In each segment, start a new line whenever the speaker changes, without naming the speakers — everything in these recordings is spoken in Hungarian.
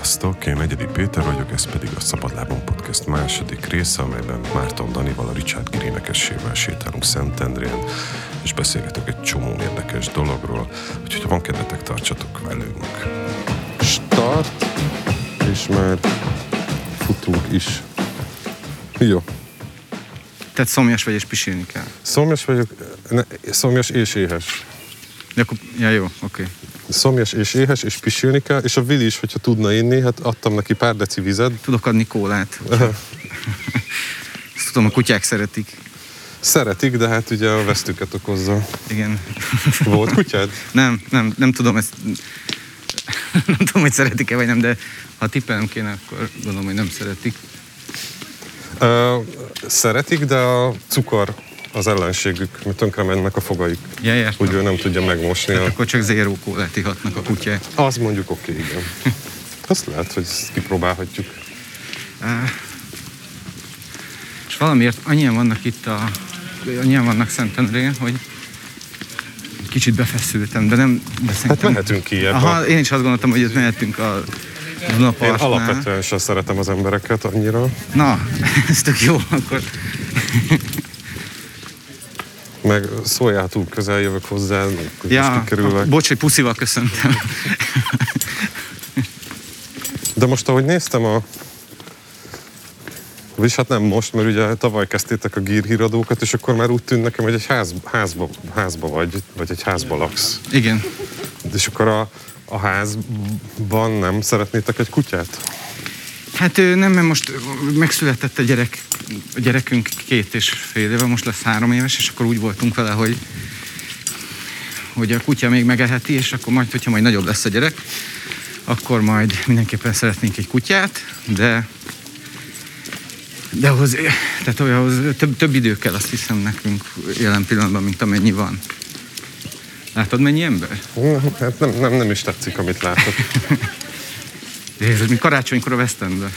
Sziasztok, én Egyedi Péter vagyok, ez pedig a Szabadlábon Podcast második része, amelyben Márton Danival, a Richard Gere énekessével sétálunk Szentendrén, és beszélgetünk egy csomó érdekes dologról, úgyhogy ha van kedvetek, tartsatok velünk. Start, és már futunk is. Jó.
Tehát szomjas vagy és pisilni kell.
Szomjas vagyok, szomjas és éhes.
Ja, jó, oké.
Szomjas és éhes, és pisilni kell, és a Vili is, hogyha tudna inni, hát adtam neki pár deci vizet.
Tudok adni kólát. Ezt tudom, a kutyák szeretik.
Szeretik, de hát ugye a vesztüket okozza.
Igen.
Volt kutyád?
Nem tudom ezt. Nem tudom, hogy szeretik-e vagy nem, de ha tippelnem kéne, akkor gondolom, hogy nem szeretik.
Szeretik, de a cukor az ellenségük, mert tönkre mennek a fogaik.
Ja, értem.
Úgy ő nem tudja megmosni.
Tehát akkor csak zéró kólát ihatnak a kutyák.
Az mondjuk oké, igen. Azt lehet, hogy ezt kipróbálhatjuk.
És valamiért annyian vannak Szentendrén, hogy kicsit befeszültem, de nem beszéltem.
Hát mehetünk ki ebbe.
Aha, én is azt gondoltam, hogy ott mehetünk a Dunapartnál.
Én alapvetően sem szeretem az embereket annyira.
Na, ez tök jó, akkor...
Meg szóljál túl közel, jövök hozzá, ja, kikerülök.
Bocs, hogy puszival köszöntem.
De most, ahogy néztem vagyis hát nem most, mert ugye tavaly kezdtétek a Gere híradókat, és akkor már úgy tűnt nekem, hogy egy házba vagy egy házba laksz.
Igen.
És akkor a házban nem szeretnétek egy kutyát?
Hát nem, mert most megszületett a gyerekünk 2,5 éve, most lesz 3 éves, és akkor úgy voltunk vele, hogy a kutya még megeheti, és akkor majd, hogyha majd nagyobb lesz a gyerek, akkor majd mindenképpen szeretnénk egy kutyát, de ahhoz több idő kell, azt hiszem, nekünk jelen pillanatban, mint amennyi van. Látod, mennyi ember?
Hát nem is tetszik, amit látok.
Ez mi karácsonykor a West Endben.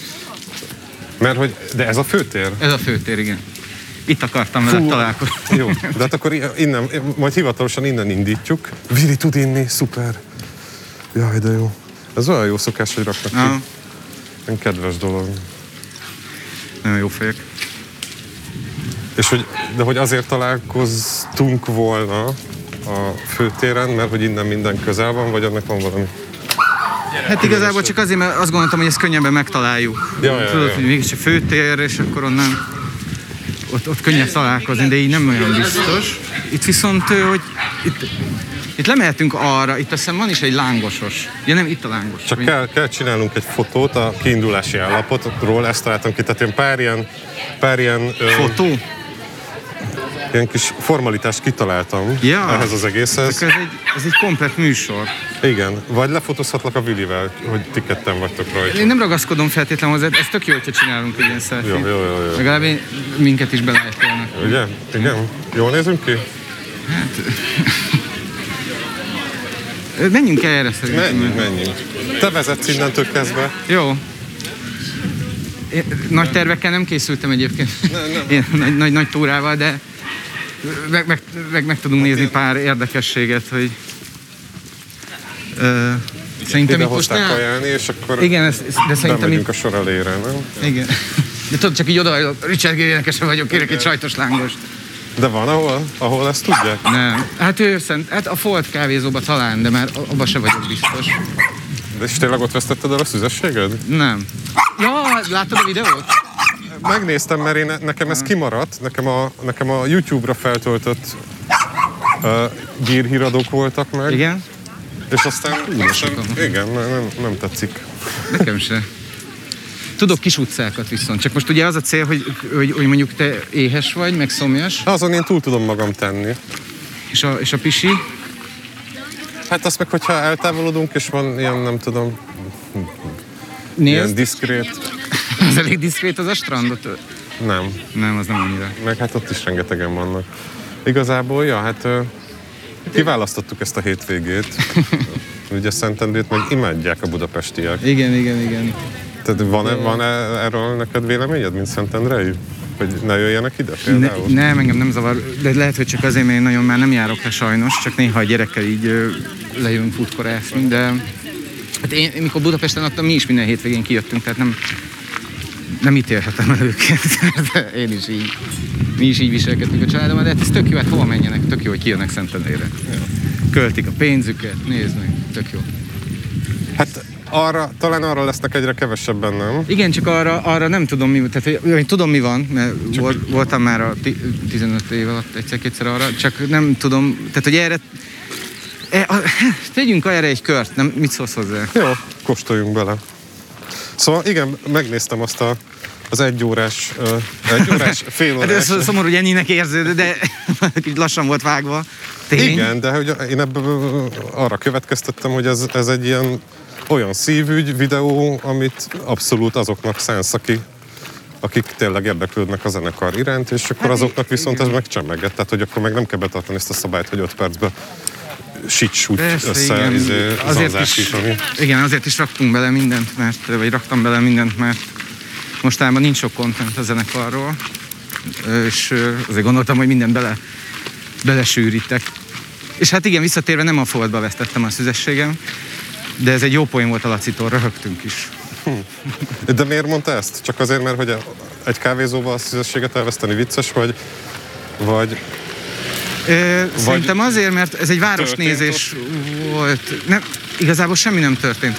De ez a főtér?
Ez a főtér, igen. Itt akartam vele találkozni.
Jó, de hát akkor innen, majd hivatalosan innen indítjuk. Vili tud inni, szuper. Jaj, de jó. Ez olyan jó szokás, hogy raknak ki. Ilyen kedves dolog.
Nagyon jó fejek.
És hogy azért találkoztunk volna a főtéren, mert hogy innen minden közel van, vagy annak van valami?
Hát igazából csak azért, mert azt gondoltam, hogy ezt könnyebben megtaláljuk. Tudod, hogy mégis a főtér, és akkor onnan ott könnyebb találkozni, de így nem olyan biztos. Itt viszont, hogy itt lemehetünk arra, itt azt hiszem van is egy lángosos. Ja nem, itt a lángos.
Csak kell csinálnunk egy fotót a kiindulási állapotról, ezt találtam ki, tehát én pár ilyen
fotó?
Ilyen kis formalitást kitaláltam ehhez az egészhez.
Ez egy komplett műsor.
Igen, vagy lefotózhatlak a Vilivel, hogy ti ketten vagytok rajta.
Én nem ragaszkodom feltétlenül hozzá, ez tök jó, hogyha csinálunk egy ilyen selfie.
Jó.
Legalább minket is belehetélnek.
Ugye? Igen. Jól nézünk ki?
Hát... Menjünk erre szerintem.
Menjünk. Te vezetsz innentől kezdve.
Jó. Nagy tervekkel nem készültem egyébként. Nem. Nagy túrával, de meg tudunk nézni pár érdekességet, hogy szerintem
ide hozták ajánlni, és akkor
igen, de
bemegyünk a sor elére, nem?
Igen. De tudod, csak így oda, Richard Gere énekese vagyok, kérek egy sajtos lángost.
De van ahol ezt tudják?
Nem. Hát a Folt kávézóba talán, de már abban se vagyok biztos.
De és tényleg ott vesztetted el a szüzességed?
Nem. Ja, láttad a videót?
Megnéztem, mert nekem ez kimaradt, nekem a YouTube-ra feltöltött Gere híradók voltak meg.
Igen?
És aztán igen, nem tetszik.
Nekem se. Tudok kis utcákat viszont, csak most ugye az a cél, hogy mondjuk te éhes vagy, meg szomjas.
Azon én túl tudom magam tenni.
És a pisi?
Hát azt meg, hogyha eltávolodunk, és van ilyen, nem tudom, ilyen diszkrét.
Ez elég diszkrét az a strandot? Nem, az nem annyira.
Meg hát ott is rengetegen vannak. Igazából, hát kiválasztottuk ezt a hétvégét. Ugye Szentendrét meg imádják a budapestiek.
Igen.
Tehát van erről neked véleményed, mint Szentendrei? Hogy ne jöjjenek ide például?
Nem, engem nem zavar, de lehet, hogy csak azért, mert én nagyon már nem járok le sajnos, csak néha a gyerekkel így lejövünk futkorászni, de Hát én, mikor Budapesten laktam, mi is minden hétvégén kijöttünk, tehát nem ítélhetem el őket. Én is így, mi is így viselkedtünk a családommal, de hát ez tök jó, hát hova menjenek, tök jó, hogy kijönnek Szentendrére. Költik a pénzüket, nézd meg, tök jó.
Hát talán arra lesznek egyre kevesebben, nem?
Igen, csak arra nem tudom mi, tehát én tudom mi van, mert voltam már a 15 év alatt egyszer-kétszer arra, csak nem tudom, tehát hogy erre tegyünk erre egy kört, nem? Mit szólsz hozzá?
Jó, kóstoljunk bele. Szóval igen, megnéztem azt az egyórás, fél órás.
Hát ez szomorú, hogy ennyinek érződ, de lassan volt vágva. Tény.
Igen, de hogy én ebből arra következtettem, hogy ez egy ilyen olyan szívügy videó, amit abszolút azoknak szánsz, akik tényleg érdeklődnek a zenekar iránt, és akkor azoknak viszont ez meg csemegett. Tehát, hogy akkor meg nem kell betartani ezt a szabályt, hogy 5 percben sics-súgy össze zanzásítani.
Igen, azért is raktunk bele mindent, vagy raktam bele mindent, mert mostában nincs sok content a zenekarról, és azért gondoltam, hogy mindent belesűrítek. És hát igen, visszatérve nem a foltba vesztettem a szüzességem, de ez egy jó poén volt a Lacitól, röhögtünk is.
De miért mondta ezt? Csak azért, mert hogy egy kávézóval a szüzességet elveszteni vicces, vagy
szerintem azért, mert ez egy városnézés volt. Nem, igazából semmi nem történt.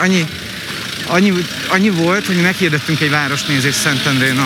Annyi volt, hogy mi meghirdettünk egy városnézést Szentendrén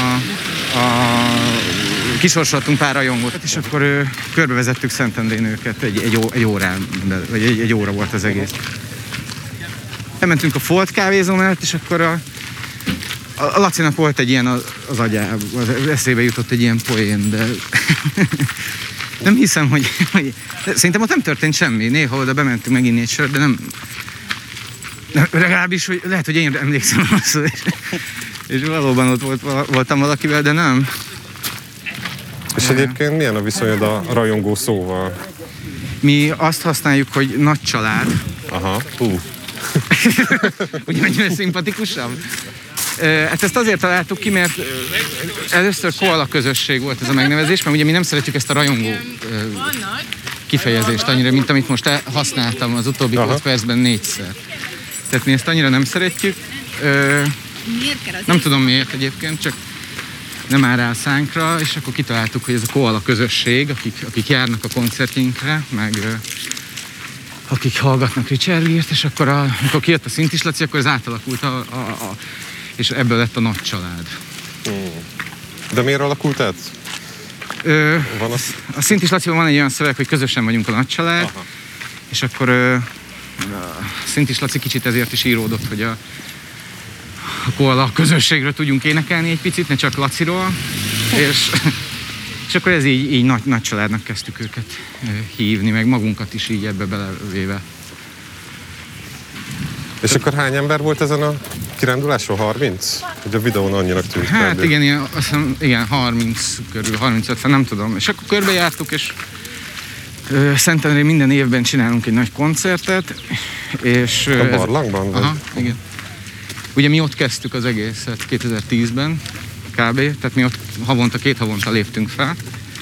kisorsoltunk pár rajongót, és akkor körbevezettük Szentendrén őket egy órán, vagy egy óra volt az egész. Elmentünk a Folt kávézó mellett, és akkor a Lacinak volt egy ilyen az agyában, az eszébe jutott egy ilyen poén, de nem hiszem, hogy szerintem ott nem történt semmi. Néha oda bementünk meginni egy sört, de nem legalábbis, hogy lehet, hogy én emlékszem rosszul, és valóban ott voltam valakivel, de nem.
És egyébként milyen a viszonyod a rajongó szóval?
Mi azt használjuk, hogy nagy család.
Aha,
Ugye mennyire szimpatikusabb? Hát ezt azért találtuk ki, mert először koala közösség volt ez a megnevezés, mert ugye mi nem szeretjük ezt a rajongó kifejezést annyira, mint amit most használtam az utóbbi 5 percben 4-szer. Tehát mi ezt annyira nem szeretjük. Nem tudom miért egyébként, csak nem áll rá a szánkra, és akkor kitaláltuk, hogy ez a koala közösség, akik járnak a koncertjeinkre, meg akik hallgatnak Richard Gere-t, és akkor amikor kijött a Szintis Laci, akkor ez átalakult és ebből lett a nagy család.
De miért alakult át?
A Szintis Laciban van egy olyan szöveg, hogy közösen vagyunk a nagy család, és akkor a Szintis Laci kicsit ezért is íródott, hogy a koala közösségről tudjunk énekelni egy picit, ne csak Laciról, és akkor ez így nagy családnak kezdtük őket hívni, meg magunkat is így ebbe belevéve.
És akkor hány ember volt ezen a kiránduláson? 30? Hogy a videón annyinak tűnt.
Hát igen, 30 körül, 35, nem tudom. És akkor körbejártuk, és Szentendrén minden évben csinálunk egy nagy koncertet, és...
A barlangban?
Aha, igen. Ugye mi ott kezdtük az egészet 2010-ben, kb. Tehát mi ott két havonta léptünk fel.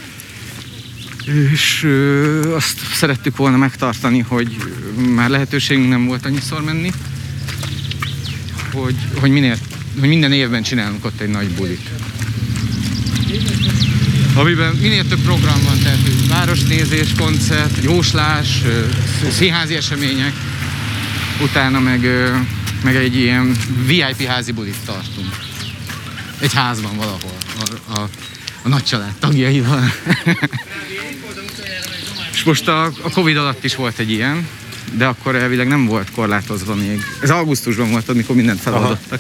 És azt szerettük volna megtartani, hogy már lehetőségünk nem volt annyiszor menni, hogy minden évben csinálunk ott egy nagy bulit. Amiben minél több program van, tehát városnézés, koncert, jóslás, színházi események, utána meg egy ilyen VIP házi bulit tartunk. Egy házban valahol, a nagy család tagjaival. És most a Covid alatt is volt egy ilyen, de akkor elvileg nem volt korlátozva még. Ez augusztusban volt, amikor mindent feladottak.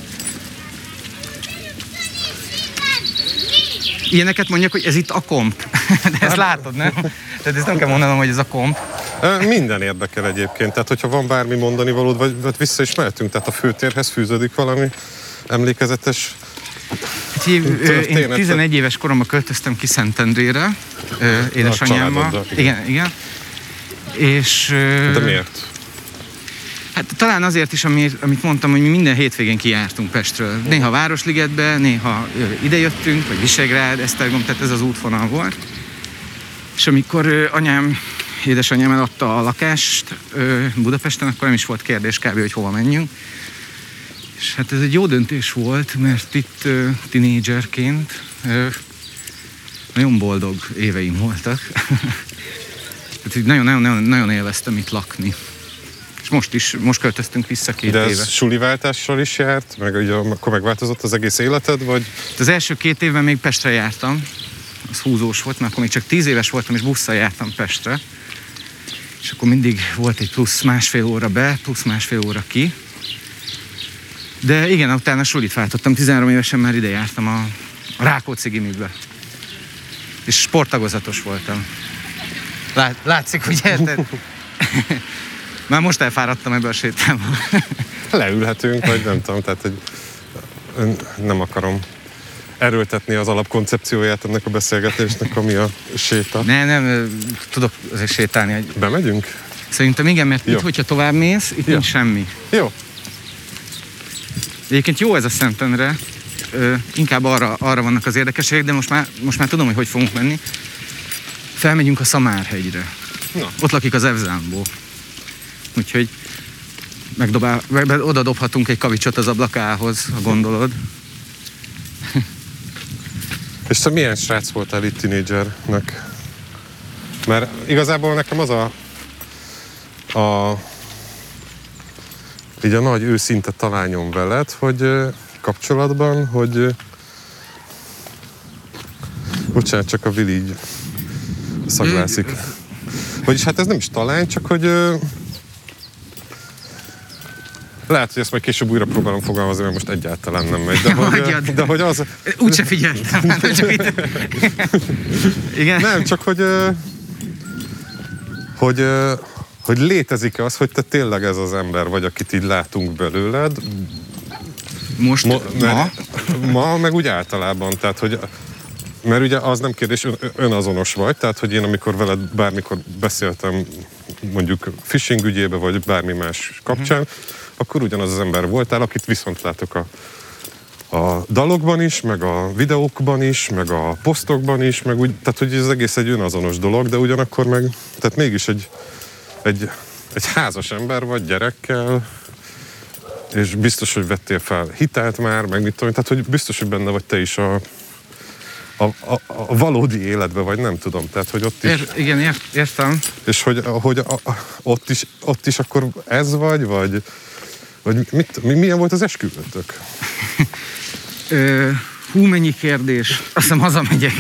Ilyeneket mondják, hogy ez itt a komp. De ezt látod, nem? Tehát ezt nem kell mondanom, hogy ez a komp.
Minden érdekel egyébként, tehát hogyha van bármi mondani valód, vagy vissza is mehetünk, tehát a főtérhez fűződik valami emlékezetes történet.
Én 11 éves koromban költöztem ki Szentendrére, édesanyámmal. Igen. És,
de miért?
Hát talán azért is, amit mondtam, hogy mi minden hétvégén kijártunk Pestről. Néha Városligetbe, néha idejöttünk, vagy Visegrád, Esztergom, tehát ez az útvonal volt. És amikor anyám édesanyám eladta a lakást Budapesten, akkor nem is volt kérdés kb. Hogy hova menjünk. És hát ez egy jó döntés volt, mert itt tinédzserként nagyon boldog éveim voltak. Nagyon élveztem itt lakni. És most költöztünk vissza 2 éve.
De ez suliváltással is járt? Meg ugye akkor megváltozott az egész életed, vagy?
Az első 2 évben még Pestre jártam. Az húzós volt, mert akkor még csak 10 éves voltam, és busszal jártam Pestre. És akkor mindig volt egy plusz 1,5 óra be, plusz 1,5 óra ki. De igen, utána sulit váltottam. 13 évesen már ide jártam a Rákóczi gimibe. És sporttagozatos voltam. Látszik, ugye? Már most elfáradtam ebből a sétából.
Leülhetünk, vagy nem tudom, tehát nem akarom erőltetni az alapkoncepcióját ennek a beszélgetésnek, ami a séta.
Nem, tudok azért sétálni.
Bemegyünk?
Szerintem igen, mert itt, hogyha tovább mész, itt nincs semmi.
Jó.
Egyébként jó ez a Szentendre, inkább arra vannak az érdekességek, de most már tudom, hogy fogunk menni. Felmegyünk a Szamárhegyre.
Na.
Ott lakik az Evzámbó. Úgyhogy oda dobhatunk egy kavicsot az ablakához, ha gondolod.
És te milyen srác voltál itt tinédzsernek? Mert igazából nekem az így a nagy őszinte talányom veled, hogy kapcsolatban, hogy bocsánat, csak a Vili így szaglászik. Vagyis hát ez nem is talány, csak hogy lehet, hogy ezt majd később újra próbálom fogalmazni, mert most egyáltalán nem megy. De hogy az...
Úgyse figyeltem. Igen?
Nem, csak hogy létezik-e az, hogy te tényleg ez az ember vagy, akit így látunk belőled.
Most?
Ma, meg úgy általában. Tehát, hogy mert ugye az nem kérdés, önazonos vagy, tehát hogy én amikor veled bármikor beszéltem mondjuk phishing ügyébe, vagy bármi más kapcsán, akkor ugyanaz az ember voltál, akit viszont látok a dalokban is, meg a videókban is, meg a posztokban is, meg úgy, tehát hogy ez egész egy önazonos dolog, de ugyanakkor meg, tehát mégis egy házas ember vagy gyerekkel, és biztos, hogy vettél fel hitelt már, meg mit tudom, tehát hogy biztos, hogy benne vagy te is a valódi életben, vagy nem tudom, tehát hogy ott is...
Igen, értem.
És hogy ott is akkor ez vagy milyen volt az esküvőtök?
Mennyi kérdés. Azt hiszem hazamegyek.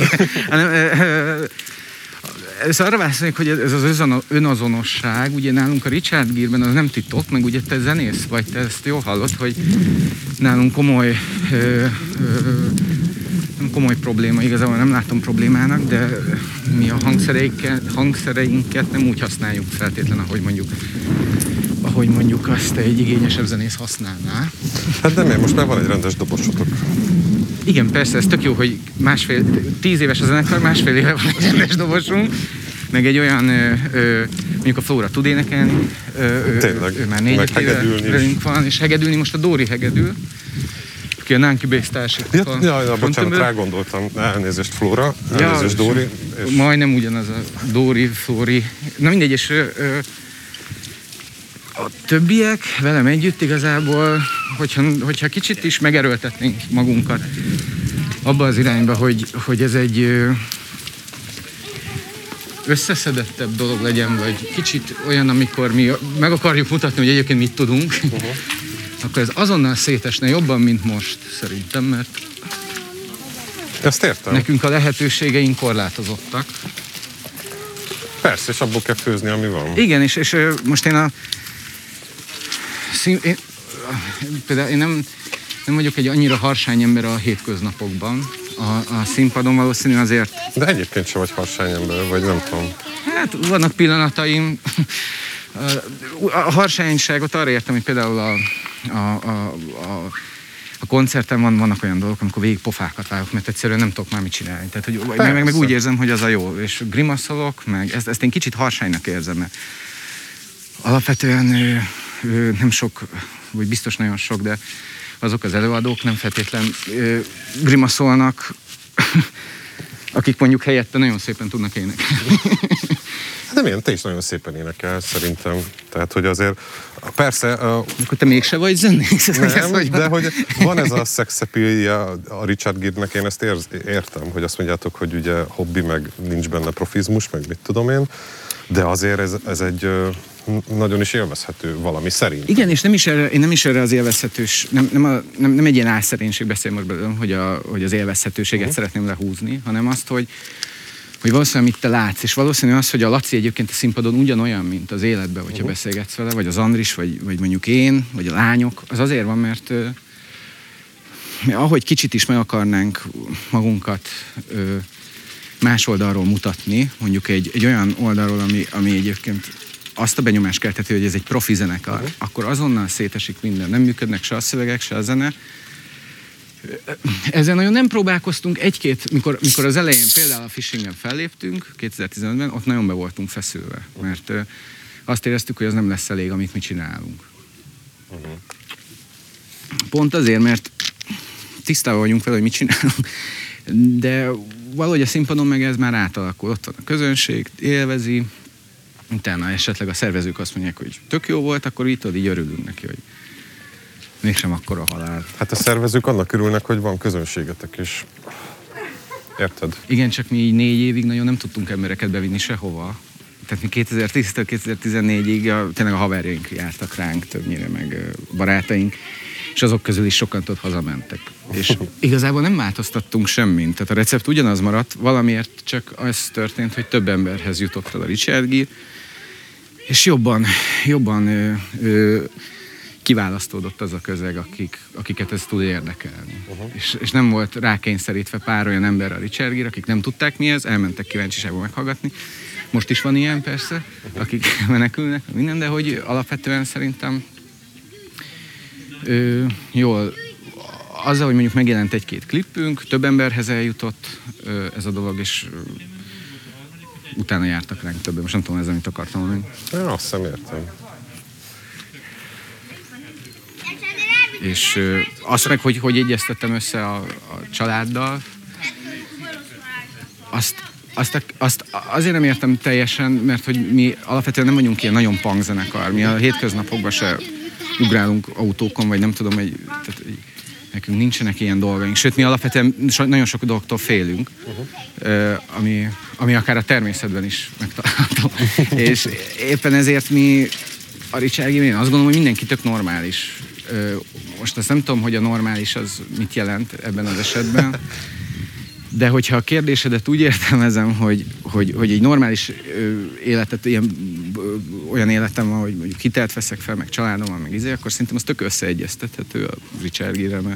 Először arra válaszolnék, hogy ez az önazonosság, ugye nálunk a Richard Gere-ben az nem titok, meg ugye te zenész vagy, te ezt jól hallod, hogy nálunk komoly probléma, igazából nem látom problémának, de mi a hangszereinket nem úgy használjuk feltétlenül, ahogy mondjuk azt egy igényesebb zenész használná.
Hát de miért? Most már van egy rendes dobosotok.
Igen, persze, ez tök jó, hogy 10 éves a zenekar, 1,5 éve van egy rendes dobosunk, meg egy olyan, mondjuk a Flóra tud énekelni, ő már 4 éve velünk van, és hegedülni, most a Dóri hegedül, aki a Nanki Bass társakkal.
Ja, bocsánat, rágondoltam. Elnézést Flóra, elnézést Dóri.
És... Majdnem ugyanaz a Dóri, Flóri. Na mindegy, és a többiek velem együtt igazából, hogyha kicsit is megerőltetnénk magunkat abba az irányba, hogy ez egy összeszedettebb dolog legyen, vagy kicsit olyan, amikor mi meg akarjuk mutatni, hogy egyébként mit tudunk, akkor ez azonnal szétesne jobban, mint most, szerintem, mert
ezt értem.
Nekünk a lehetőségeink korlátozottak.
Persze, és abból kell főzni, ami van.
Igen, és most például én nem vagyok egy annyira harsány ember a hétköznapokban. A színpadon valószínűleg azért...
De egyébként sem vagy harsány ember, vagy nem tudom.
Hát vannak pillanataim. A harsányságot arra értem, hogy például a koncerten vannak olyan dolgok, amikor végig pofákat vágok, mert egyszerűen nem tudok már mit csinálni. Tehát, hogy meg úgy érzem, hogy az a jó. És grimaszolok, meg ezt én kicsit harsánynak érzem, mert alapvetően nem sok, vagy biztos nagyon sok, de azok az előadók nem feltétlen grimaszolnak, akik mondjuk helyette nagyon szépen tudnak énekelni.
De milyen, te is nagyon szépen énekelsz szerintem. Tehát, hogy azért, persze...
Akkor te mégse vagy zenész?
Nem, de hogy van ez a szexepilja a Richard Gere-nek, én ezt értem, hogy azt mondjátok, hogy ugye hobbi, meg nincs benne profizmus, meg mit tudom én, de azért ez egy nagyon is élvezhető valami szerint.
Igen, és én nem is erre az élvezhetős, nem egy ilyen álszerénység beszél most belőlem, hogy az élvezhetőséget szeretném lehúzni, hanem azt, hogy valószínűleg mit te látsz, és valószínű az, hogy a Laci egyébként a színpadon ugyanolyan, mint az életben, hogyha beszélgetsz vele, vagy az Andris, vagy mondjuk én, vagy a lányok, az azért van, mert ahogy kicsit is meg akarnánk magunkat más oldalról mutatni, mondjuk egy olyan oldalról, ami egyébként azt a benyomást kelteti, hogy ez egy profi zenekar, akkor azonnal szétesik minden. Nem működnek se a szövegek, se a zene. Ezzel nagyon nem próbálkoztunk. Mikor az elején például a Fishingen felléptünk, 2015-ben, ott nagyon be voltunk feszülve, mert azt éreztük, hogy az nem lesz elég, amit mi csinálunk. Pont azért, mert tisztában vagyunk vele, hogy mit csinálunk, de valahogy a színpadon meg ez már átalakul. Ott van a közönség, élvezi, utána esetleg a szervezők azt mondják, hogy tök jó volt, akkor így örülünk neki, hogy mégsem akkora halál.
Hát a szervezők annak örülnek, hogy van közönségetek is. Érted?
Igen, csak mi így 4 évig nagyon nem tudtunk embereket bevinni sehova. Tehát mi 2010-től 2014-ig tényleg a haverjaink jártak ránk többnyire, meg barátaink, és azok közül is sokan hazamentek. És igazából nem változtattunk semmit. Tehát a recept ugyanaz maradt, valamiért csak az történt, hogy több emberhez jutott el a Richard Gere, és jobban kiválasztódott az a közeg, akiket ez tud érdekelni. És nem volt rákényszerítve pár olyan ember a Richard Gere, akik nem tudták mi ez, elmentek kíváncsiságból meghallgatni. Most is van ilyen persze, akik menekülnek, minden, de hogy alapvetően szerintem jól, azzal, hogy mondjuk megjelent 1-2 klippünk, több emberhez eljutott ez a dolog, és utána jártak ránk többen. Most nem tudom, ez amit akartam mondani.
Én azt hiszem, értem.
És azt meg, hogy egyeztettem össze a családdal, azt azért nem értem teljesen, mert hogy mi alapvetően nem vagyunk ilyen nagyon punk zenekar. Mi a hétköznapokban se ugrálunk autókon, vagy nem tudom, tehát nekünk nincsenek ilyen dolgaink. Sőt, mi alapvetően nagyon sok dolgoktól félünk, ami akár a természetben is megtalálható. És éppen ezért mi a Richard Gere, én azt gondolom, hogy mindenki tök normális. Most azt nem tudom, hogy a normális az mit jelent ebben az esetben, de hogyha a kérdésedet úgy értelmezem, hogy egy normális életet, olyan életem van, hogy mondjuk hitelt veszek fel, meg családom van, meg akkor szerintem az tök összeegyeztethető a Richard Gere-rel,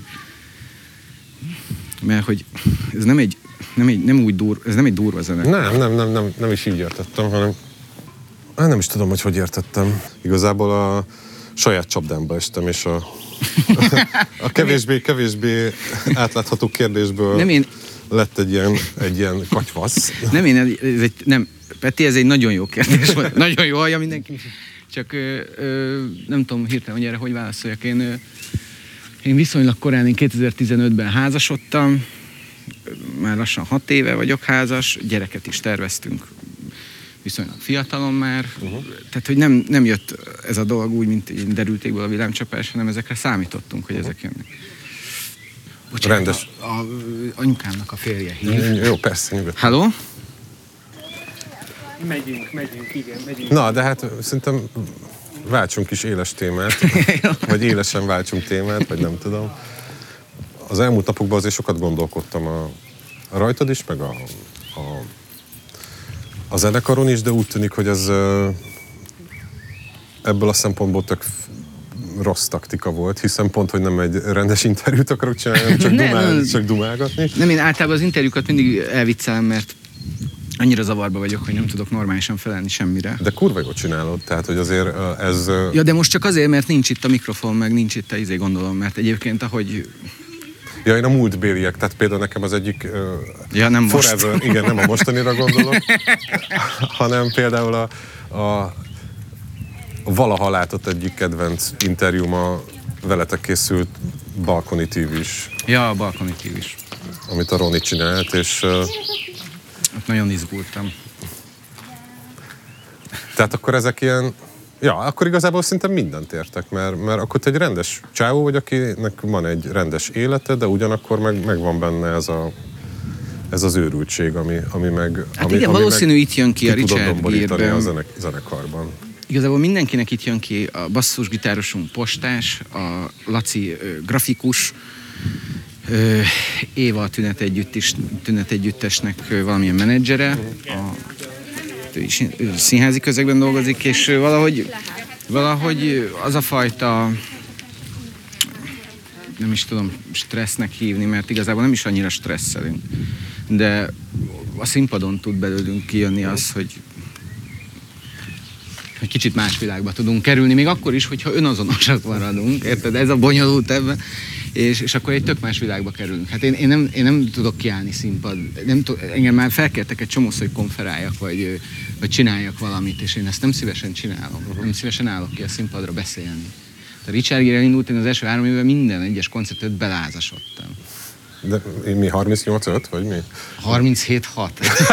mert hogy ez nem egy durva zene.
Nem is így értettem, hanem nem is tudom, hogy értettem. Igazából a saját csapdámba estem, és a kevésbé átlátható kérdésből lett egy ilyen katyvasz.
Peti, ez egy nagyon jó kérdés volt. Nagyon jó hallja mindenki. Csak nem tudom hirtelen, hogy erre hogy válaszoljak. Én viszonylag korán, én 2015-ben házasodtam, már lassan 6 éve vagyok házas, gyereket is terveztünk, viszonylag fiatalon már. Tehát, hogy nem jött ez a dolog úgy, mint derültékből a villámcsapás, hanem ezekre számítottunk, hogy ezek jönnek. Bocsánat, rendes. Anyukámnak a férje hív.
Jó, persze, nyugodtan.
Halló?
Megyünk, igen, megyünk.
Na, de hát szerintem váltsunk is éles témát, vagy élesen váltsunk témát, vagy nem tudom. Az elmúlt napokban azért sokat gondolkodtam a rajtad is, meg a zenekaron is, de úgy tűnik, hogy ez ebből a szempontból tök rossz taktika volt, hiszen pont, hogy nem egy rendes interjút akarok csinálni, csak dumálgatni.
Nem, én általában az interjúkat mindig elviccelem, mert annyira zavarba vagyok, hogy nem tudok normálisan felelni semmire.
De kurva jól csinálod, tehát, hogy azért ez...
Ja, de most csak azért, mert nincs itt a mikrofon, meg nincs itt a gondolom, mert egyébként ahogy...
Ja, én a múltbéliek, tehát például nekem az egyik...
Ja, nem
forever, most. Igen, nem a mostanira gondolok, hanem például a valaha látott egyik kedvenc interjúm a veletek készült Balkoni TV-s.
Ja, a Balkoni TV-s.
Amit a Roni csinált, és...
Ott nagyon izgultam.
Tehát akkor ezek ilyen... Ja, akkor igazából szerintem mindent értek, mert akkor te egy rendes csávó vagy, akinek van egy rendes élete, de ugyanakkor megvan benne ez az őrültség, ami meg...
Hát igen, valószínű itt jön ki a Richard Gere-ben.
A zenekarban.
Igazából mindenkinek itt jön ki a basszusgitárosunk Postás, a Laci grafikus, Éva a Tünet Együttesnek valamilyen menedzsere, ő színházi közegben dolgozik, és valahogy az a fajta, nem is tudom stressznek hívni, mert igazából nem is annyira stresszelünk, de a színpadon tud belőlünk kijönni az, hogy kicsit más világba tudunk kerülni, még akkor is, hogyha önazonosak maradunk, érted? Ez a bonyolult ebben. És akkor egy tök más világba kerülünk. Hát én nem tudok kiállni színpad. Engem már felkértek egy csomószor, hogy konferáljak, vagy csináljak valamit, és én ezt nem szívesen csinálom. Nem szívesen állok ki a színpadra beszélni. A Richard Gere indult, én az első 3 évben minden egyes koncertet belázasodtam.
De mi 38-5, vagy mi?
37-6.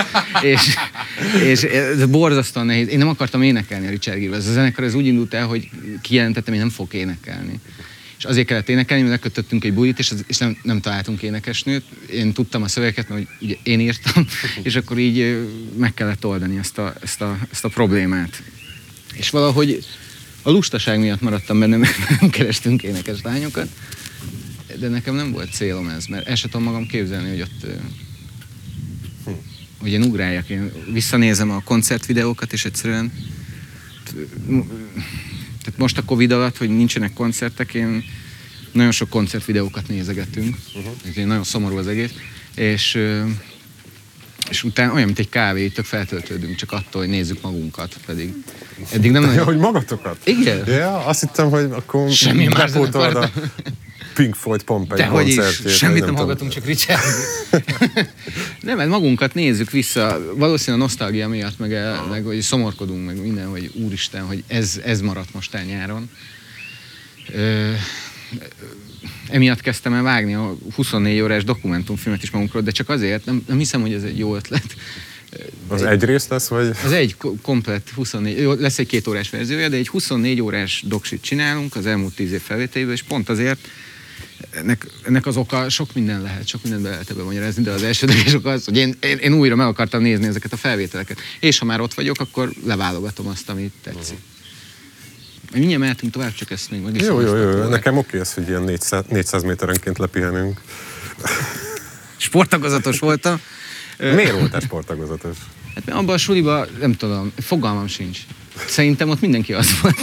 és ez borzasztóan nehéz. Én nem akartam énekelni a Richard Gere-vel. Ez a zenekar ez úgy indult el, hogy kijelentettem, én nem fogok énekelni. És azért kellett énekelni, mert lekötöttünk egy bulit, és nem találtunk énekesnőt. Én tudtam a szövegeket, mert ugye én írtam, és akkor így meg kellett oldani ezt a problémát. És valahogy a lustaság miatt maradtam benne, mert nem kerestünk énekes lányokat. De nekem nem volt célom ez, mert el sem tudom magam képzelni, hogy ott hogy én ugráljak. Én visszanézem a koncertvideókat, és egyszerűen tehát most a Covid alatt, hogy nincsenek koncertek, én nagyon sok koncertvideókat nézegetünk. Nagyon szomorú az egész. És utána olyan, mint egy kávé, tök feltöltődünk csak attól, hogy nézzük magunkat, pedig eddig nem nagyon...
Ja, hogy magatokat?
Igen.
Ja, azt hittem, hogy akkor
semmi más
bepótolod a Pink Floyd Pompeii koncertjét.
Semmit nem hallgatunk, csak Richard. Nem, mert magunkat nézzük vissza, valószínűleg a nosztalgia miatt, meg hogy szomorkodunk, meg minden, hogy úristen, hogy ez maradt most el nyáron. Emiatt kezdtem el vágni a 24 órás dokumentumfilmet is magunkról, de csak azért, nem hiszem, hogy ez egy jó ötlet.
Az egy rész lesz, vagy?
Az egy komplet 24, lesz egy 2 órás verziója, de egy 24 órás doksit csinálunk az elmúlt 10 év felvételéből, és pont azért ennek az oka sok minden lehet, sok mindent be lehet ebbe magyarázni, de az elsődleges oka az, hogy én újra meg akartam nézni ezeket a felvételeket. És ha már ott vagyok, akkor leválogatom azt, amit tetszik. Mindjárt mehetünk tovább, csak ezt még meg is
Jó. Nekem oké ez, hogy ilyen 400 méterenként lepihenünk.
Sporttagozatos voltam.
Miért voltál sporttagozatos?
Hát abban a suliban, nem tudom, fogalmam sincs. Szerintem ott mindenki az volt.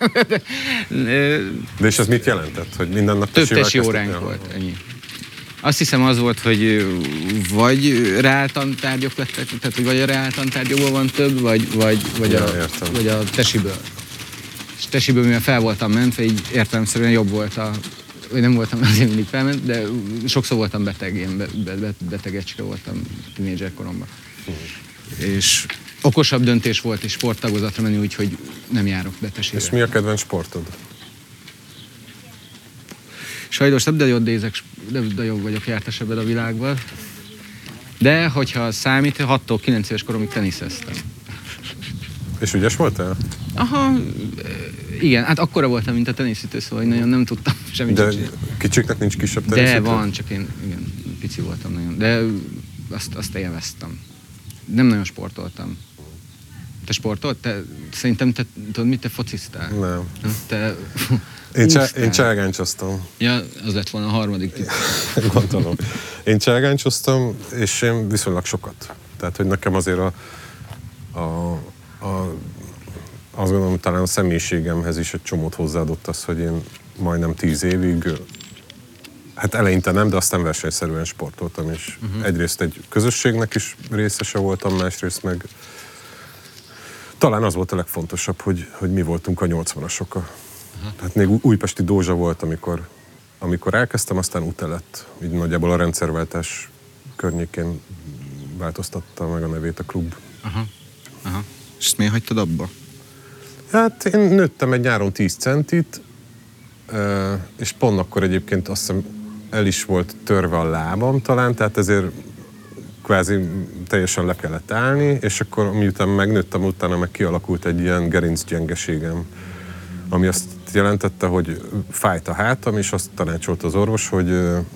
De és ez mit jelentett? Hogy minden nap
több tesi óránk volt, ennyi. Azt hiszem az volt, hogy vagy reáltantárgyok lettek, tehát hogy vagy a reáltantárgyokból van több, vagy a tesiből. És tesiből, mivel fel voltam mentve, így értelemszerűen jobb volt vagy nem voltam azért mindig felment, de sokszor voltam beteg, ilyen betegecske voltam tínédzser koromban. És okosabb döntés volt egy sporttagozatra menni, úgyhogy nem járok betesére.
És mi a kedvenc sportod?
Sajnos labdajobb vagyok jártas ebben a világban. De hogyha számít, 6-tól 9 éves koromig teniszeztem.
És ügyes voltál?
Aha, igen, hát akkora voltam, mint a teniszítő, szóval nagyon nem tudtam semmit.
De csiknek nincs kisebb teniszítő?
De van, csak én igen, pici voltam nagyon. De azt élveztem. Nem nagyon sportoltam. Te sportolt? Szerintem te tudod mit, te fociztál?
Nem.
Te
én cselgáncsoztam.
Ja, az lett volna a harmadik tipp.
Gondolom. Én cselgáncsoztam, és én viszonylag sokat. Tehát, hogy nekem azért azt gondolom, talán a személyiségemhez is egy csomót hozzáadott az, hogy én majdnem 10 évig, hát eleinte nem, de aztán versenyszerűen sportoltam, és egyrészt egy közösségnek is részese voltam, másrészt meg talán az volt a legfontosabb, hogy mi voltunk a 80-asok. Hát még újpesti Dózsa volt, amikor elkezdtem, aztán UTE lett. Így nagyjából a rendszerváltás környékén változtatta meg a nevét a klub.
Aha. És ezt miért hagytad abba?
Hát én nőttem egy nyáron 10 centit, és pont akkor egyébként azt hiszem el is volt törve a lábam talán, tehát ezért kvázi teljesen le kellett állni, és akkor miután megnőttem, utána meg kialakult egy ilyen gerincgyengeségem, ami azt jelentette, hogy fájt a hátam, és azt tanácsolt az orvos, hogy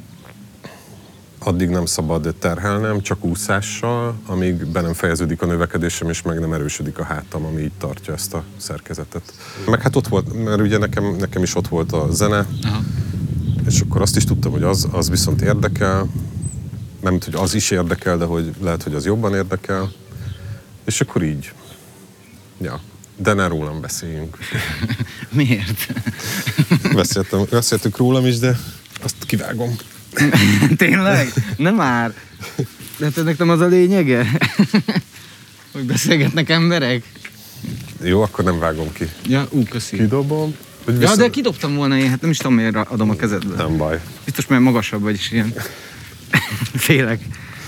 addig nem szabad terhelnem, csak úszással, amíg be nem fejeződik a növekedésem, és meg nem erősödik a hátam, ami így tartja ezt a szerkezetet. Meg hát ott volt, mert ugye nekem is ott volt a zene, aha. És akkor azt is tudtam, hogy az viszont érdekel, nem hogy az is érdekel, de hogy lehet, hogy az jobban érdekel, és akkor így. Ja. De ne rólam beszéljünk.
Miért?
Beszéltünk rólam is, de azt kivágom.
Tényleg? Nem már. De hát ennek nem az a lényege? Hogy beszélgetnek emberek?
Jó, akkor nem vágom ki.
Ja, köszi.
Kidobom.
Ja, de kidobtam volna én, hát nem is tudom, miért adom a kezedbe.
Nem baj.
Biztos, mert magasabb vagy is ilyen. Félek.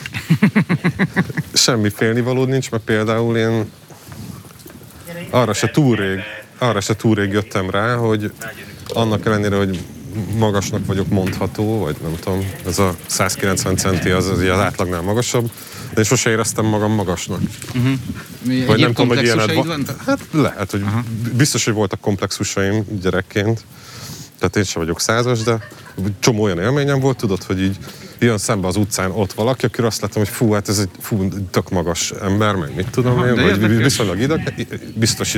Semmi félnivalód nincs, mert például én arra se túl rég jöttem rá, hogy annak ellenére, hogy magasnak vagyok mondható, vagy nem tudom, ez a 190 centi az átlagnál magasabb, de én sose éreztem magam magasnak.
Vagy nem tudom, hogy ilyened van?
Hát lehet, hogy biztos, hogy voltak komplexusaim gyerekként, tehát én sem vagyok 100-as, de csomó olyan élményem volt, tudod, hogy így jön szembe az utcán ott valaki, akkor azt látom, hogy hát ez egy tök magas ember, meg mit tudom én, vagy viszonylag biztos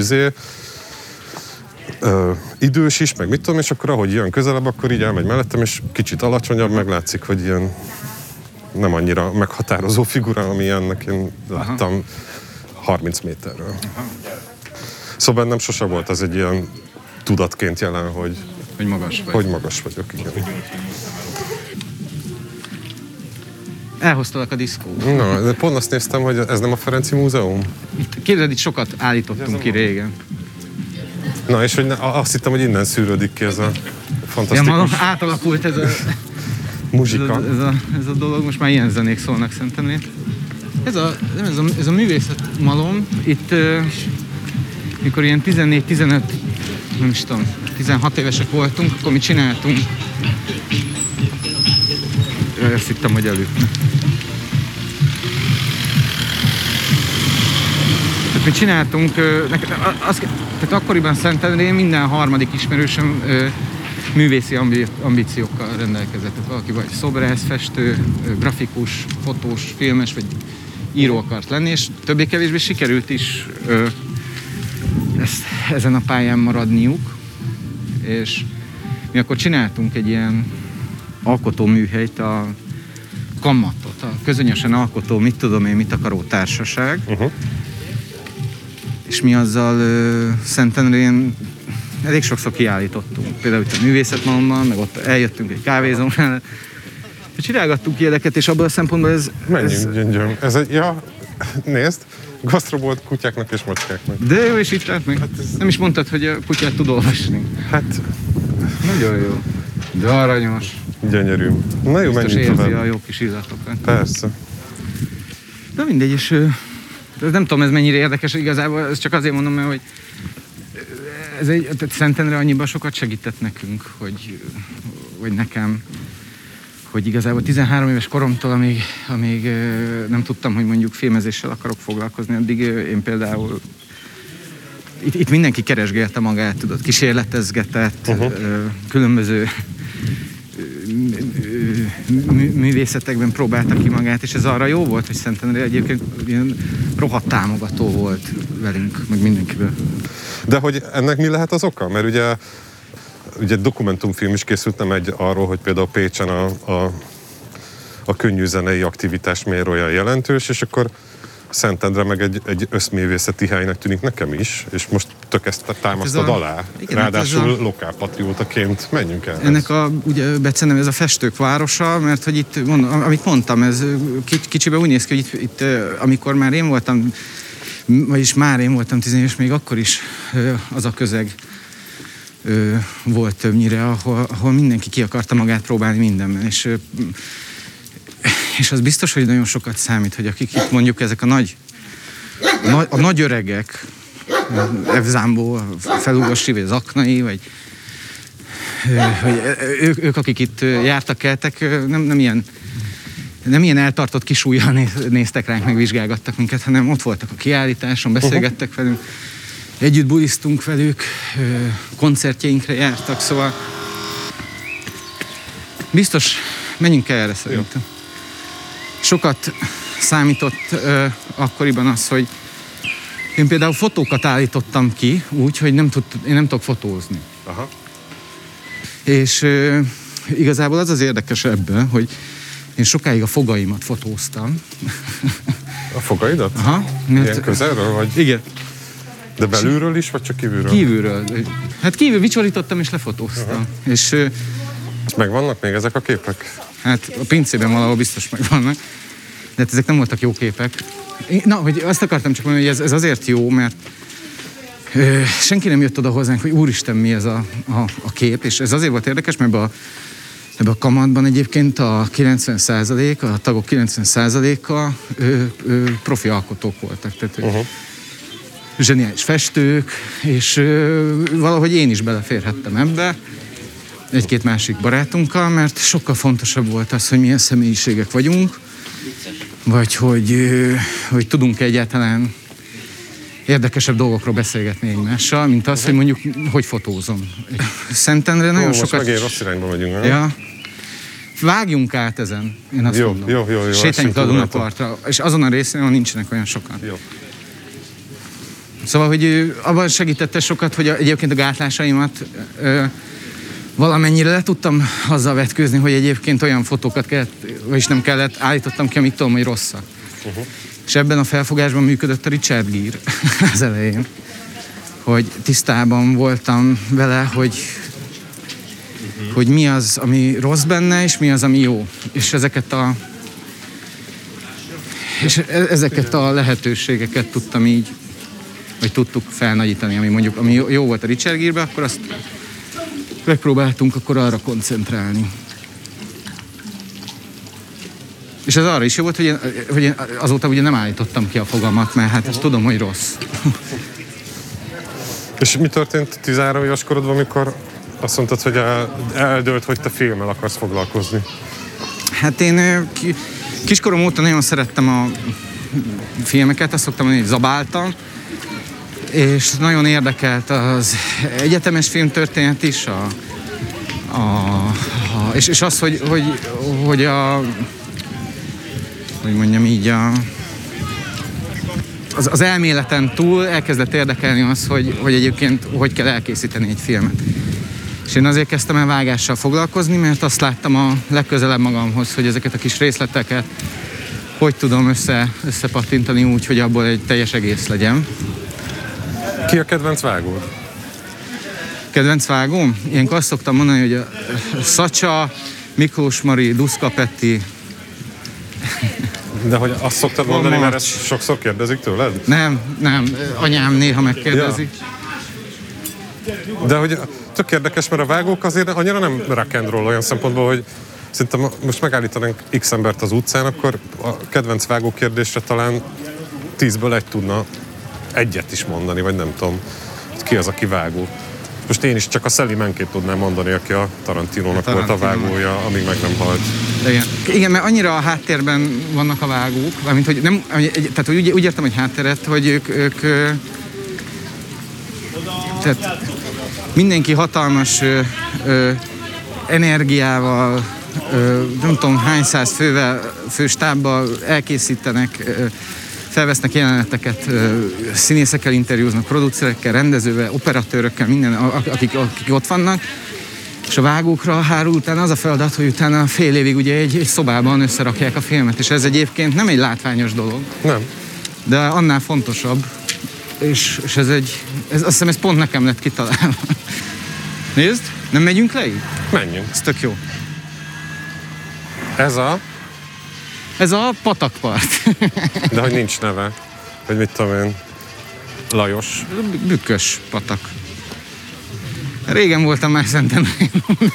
idős is, meg mit tudom, és akkor ahogy jön közelebb, akkor így elmegy mellettem, és kicsit alacsonyabb, meglátszik, hogy ilyen nem annyira meghatározó figura, ami ennek én láttam 30 méterről. Szóval bennem sose volt az egy ilyen tudatként jelen, hogy
magas vagy.
Hogy magas vagyok, igen.
Elhoztalak a diszkó.
Na, de pont azt néztem, hogy ez nem a Ferenci Múzeum?
Képzeld, itt sokat állítottunk ki régen.
Na, és hogy azt hittem, hogy innen szűrődik ki ez a fantasztikus...
Ja, átalakult ez a...
muzsika.
Ez a dolog, most már ilyen zenék szólnak szerintem. Ez a művészetmalom, itt mikor ilyen 14-15, nem is tudom, 16 évesek voltunk, akkor mi csináltunk. Ezt hittem, hogy elütne. Tehát mi csináltunk, tehát akkoriban Szentendrén minden harmadik ismerősöm művészi ambíciókkal rendelkezett. Valaki vagy szobrász, festő, grafikus, fotós, filmes, vagy író akart lenni, és többé-kevésbé sikerült is ezen a pályán maradniuk. És mi akkor csináltunk egy ilyen alkotó műhelyt, a Kammatot, a közönösen alkotó, mit tudom én, mit akaró társaság. És mi azzal Szentendrén elég sokszor kiállítottunk. Például itt a művészetmalommal, meg ott eljöttünk egy kávézónál. Csinálgattunk ilyeneket, és abban a szempontból ez...
Menjünk, gyöngyöm. Nézd, gasztrobolt kutyáknak és macskáknak.
De jó, és itt lát meg. Hát nem is mondtad, hogy a kutyát tud olvasni.
Hát...
Nagyon jó. De aranyos.
Gyönyörű. Na jó, menjünk tovább.
Érzi a jó kis illatokat.
Persze.
De mindegy, és nem tudom, ez mennyire érdekes, igazából ezt csak azért mondom, mert hogy tehát Szentendre annyiban sokat segített nekünk, hogy nekem, hogy igazából 13 éves koromtól, amíg nem tudtam, hogy mondjuk filmezéssel akarok foglalkozni, addig én például itt mindenki keresgélte magát, tudod, kísérletezgetett, különböző művészetekben próbálta ki magát, és ez arra jó volt, hogy Szentendre egyébként ilyen rohadt támogató volt velünk, meg mindenkiből.
De hogy ennek mi lehet az oka? Mert ugye dokumentumfilm is készült, nem egy arról, hogy például Pécsen a könnyű zenei aktivitás miért olyan jelentős, és akkor Szentendre meg egy összművészeti helynek tűnik nekem is, és most tök ezt támasztad alá. Igen, ráadásul lokálpatriótaként menjünk el.
Ennek ugye Bece neve, ez a festők városa, mert hogy itt, amit mondtam, ez kicsiben úgy néz ki, hogy itt amikor már én voltam, vagyis már én voltam 10 éves, még akkor is az a közeg volt többnyire, ahol mindenki ki akarta magát próbálni mindenben, és az biztos, hogy nagyon sokat számít, hogy akik itt mondjuk ezek a nagy öregek, Evzámbó, Felugossi, vagy az Aknai, vagy ők, akik itt jártak, keltek, nem ilyen nem ilyen eltartott kis ujjal néztek ránk, meg vizsgálgattak minket, hanem ott voltak a kiállításon, beszélgettek velünk, együtt bulisztunk velük, koncertjeinkre jártak, szóval biztos menjünk erre szerintem. Sokat számított akkoriban az, hogy én például fotókat állítottam ki úgy, hogy én nem tudok fotózni.
Aha.
És igazából az érdekes ebből, hogy én sokáig a fogaimat fotóztam.
A fogaidat?
Aha.
Ilyen közelről, vagy?
Igen.
De belülről is, vagy csak kívülről?
Kívülről. Hát kívül vicsorítottam és lefotóztam. És
megvannak még ezek a képek?
hát a pincében valahol biztos megvannak. De hát ezek nem voltak jó képek. Na, hogy azt akartam csak mondani, hogy ez azért jó, mert senki nem jött oda hozzánk, hogy úristen, mi ez a kép, és ez azért volt érdekes, mert ebben a kamatban egyébként a 90%, a tagok 90%-a profi alkotók voltak, tehát zseniális festők, és valahogy én is beleférhettem ebbe, egy-két másik barátunkkal, mert sokkal fontosabb volt az, hogy milyen személyiségek vagyunk, vagy hogy tudunk egyáltalán érdekesebb dolgokról beszélgetni egymással, mint az, hogy mondjuk, hogy fotózom. Szentendre nagyon sokat...
Most megint rossz irányba megyünk, nem?
Ja. Vágjunk át ezen, én azt mondom.
Jó.
Sétáljunk a Dunapartra, és azon a részén, ahol nincsenek olyan sokan.
Jó.
Szóval, hogy abban segítette sokat, hogy egyébként a gátlásaimat valamennyire le tudtam azzal vetkőzni, hogy egyébként olyan fotókat kellett, vagyis nem kellett, állítottam ki, amit tudom, hogy rosszak. És ebben a felfogásban működött a Richard Gere az elején, hogy tisztában voltam vele, hogy mi az, ami rossz benne, és mi az, ami jó. És ezeket a lehetőségeket tudtam így, vagy tudtuk felnagyítani, ami jó volt a Richard Gere-be, akkor azt megpróbáltunk akkor arra koncentrálni. És ez arra is jó volt, hogy én azóta ugye nem állítottam ki a fogamat, mert hát ezt tudom, hogy rossz.
És mi történt 13 éves korodban, amikor azt mondtad, hogy eldőlt, hogy te filmmel akarsz foglalkozni?
Hát én kiskorom óta nagyon szerettem a filmeket, azt szoktam mondani, hogy zabáltam, és nagyon érdekelt az egyetemes filmtörténet is, és az, hogy mondjam így, az elméleten túl elkezdett érdekelni az, hogy egyébként hogy kell elkészíteni egy filmet. És én azért kezdtem el vágással foglalkozni, mert azt láttam a legközelebb magamhoz, hogy ezeket a kis részleteket hogy tudom összepattintani úgy, hogy abból egy teljes egész legyen.
Ki a kedvenc vágód?
Kedvenc vágóm? Ilyenkor azt szoktam mondani, hogy a Szacsa, Miklós Mari, Duszka Petti.
De hogy azt szoktad mondani, mert ezt sokszor kérdezik tőled?
Nem, anyám néha megkérdezik.
Ja. De hogy tök érdekes, mert a vágók azért annyira nem rock and roll olyan szempontból, hogy szerintem most megállítanánk X embert az utcán, akkor a kedvenc vágó kérdésre talán 10-ből egy tudna egyet is mondani, vagy nem tudom, ki az, aki vágó. Most én is csak a Sally Mankét tudnám mondani, aki a Tarantinónak volt a vágója, amíg meg nem halt.
Igen, mert annyira a háttérben vannak a vágók, mint hogy nem, tehát hogy úgy értem, hogy hátteret, hogy ők tehát mindenki hatalmas energiával, nem tudom hány száz főstábbal elkészítenek, felvesznek jeleneteket, színészekkel interjúznak, producerekkel, rendezővel, operatőrökkel, minden, akik ott vannak. És a vágókra hárul utána az a feladat, hogy utána fél évig ugye egy szobában összerakják a filmet, és ez egyébként nem egy látványos dolog.
Nem.
De annál fontosabb, és azt hiszem ez pont nekem lett kitalálva. Nézd, nem megyünk le így?
Menjünk.
Ez tök jó. Ez a patakpart.
De hogy nincs neve, hogy mit tudom én, Lajos.
Bükkös patak. Régen voltam már Szentendrén.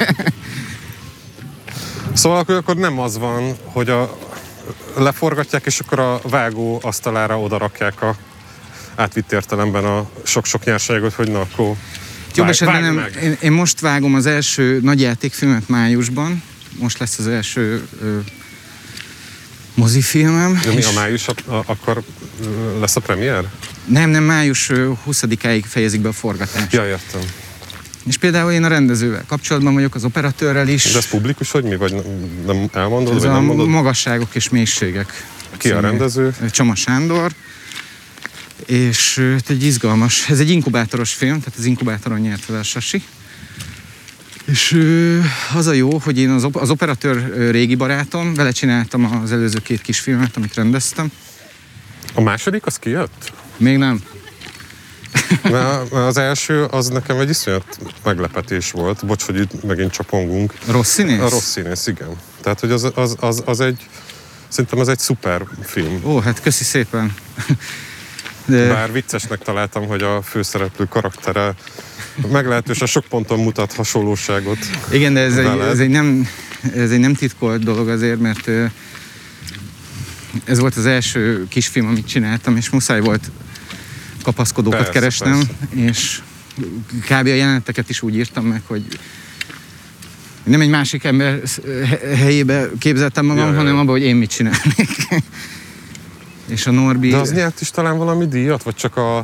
Szóval akkor nem az van, hogy leforgatják, és akkor a vágó asztalára oda rakják a átvitt értelemben a sok-sok nyerságot, hogy na akkor
jobb esetben nem. Én most vágom az első nagyjátékfilmet májusban. Most lesz az első mozifilmem.
De mi a május, akkor lesz a premier?
Nem, május 20-áig fejezik be a forgatást.
Ja, értem.
És például én a rendezővel kapcsolatban vagyok, az operatőrrel is.
De ez publikus, hogy mi? Vagy nem elmondod?
Ez
vagy
a
nem mondod?
Magasságok és mélységek.
Ki a rendező?
Csoma Sándor. És egy izgalmas, ez egy inkubátoros film, tehát az inkubátoron nyert fel a Sasi. És az a jó, hogy én az operatőr régi barátom, vele csináltam az előző 2 kisfilmet, amit rendeztem.
A második az kijött?
Még nem.
Mert az első az nekem egy iszonyat meglepetés volt. Bocs, hogy itt megint csapongunk.
A rossz színész?
A rossz színész, igen. Tehát, hogy az egy, szerintem ez egy szuper film.
Ó, hát köszi szépen.
De... Bár viccesnek találtam, hogy a főszereplő karaktere meglehetősen sok ponton mutat hasonlóságot.
Igen, de ez egy nem titkolt dolog azért, mert ez volt az első kisfilm, amit csináltam, és muszáj volt kapaszkodókat keresnem, és kb. A jeleneteket is úgy írtam meg, hogy nem egy másik ember helyébe képzeltem magam, hanem abban, hogy én mit csinálnék. És a Norbi...
De az nyert is talán valami díjat, vagy csak a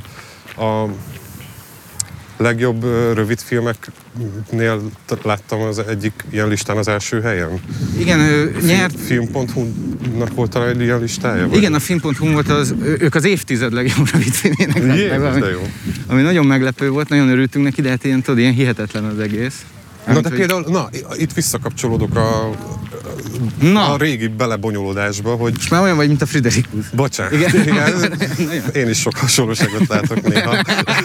legjobb rövidfilmeknél láttam az egyik ilyen listán az első helyen?
Igen, ő nyert...
Film.hu-nak volt talán egy ilyen listája?
Igen, a Film.hu volt ők az évtized legjobb rövidfilmének
lettek,
ami nagyon meglepő volt, nagyon örültünk neki, de hát ilyen hihetetlen az egész.
Na de például, itt visszakapcsolódok a régi belebonyolódásba, hogy...
Most már olyan vagy, mint a Friderikus.
Bocsánat. Igen. Én is sok hasonlóságot látok néha.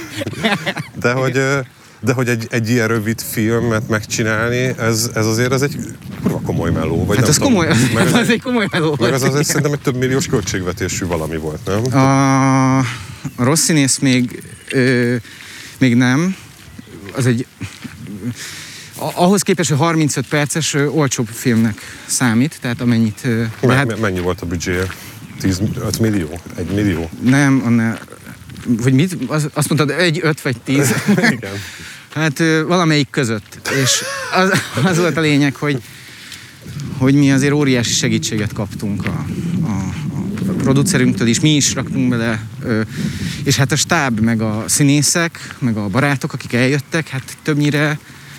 De hogy egy ilyen rövid filmet megcsinálni, ez azért egy kurva komoly meló. Vagy
hát ez komoly,
az
egy komoly meló.
Meg az azért szerintem egy több milliós költségvetésű valami volt, nem?
A rossz színész még nem. Az egy... Ahhoz képest, hogy 35 perces olcsóbb filmnek számít, tehát amennyit...
Mennyi volt a büdzséje? 5 millió? 1 millió?
Nem, annál... Vagy mit? Azt mondtad, 5 vagy 10?
Igen.
Hát valamelyik között. És az volt a lényeg, hogy mi azért óriási segítséget kaptunk a producerünktől is, mi is raktunk bele, és hát a stáb, meg a színészek, meg a barátok, akik eljöttek, hát többnyire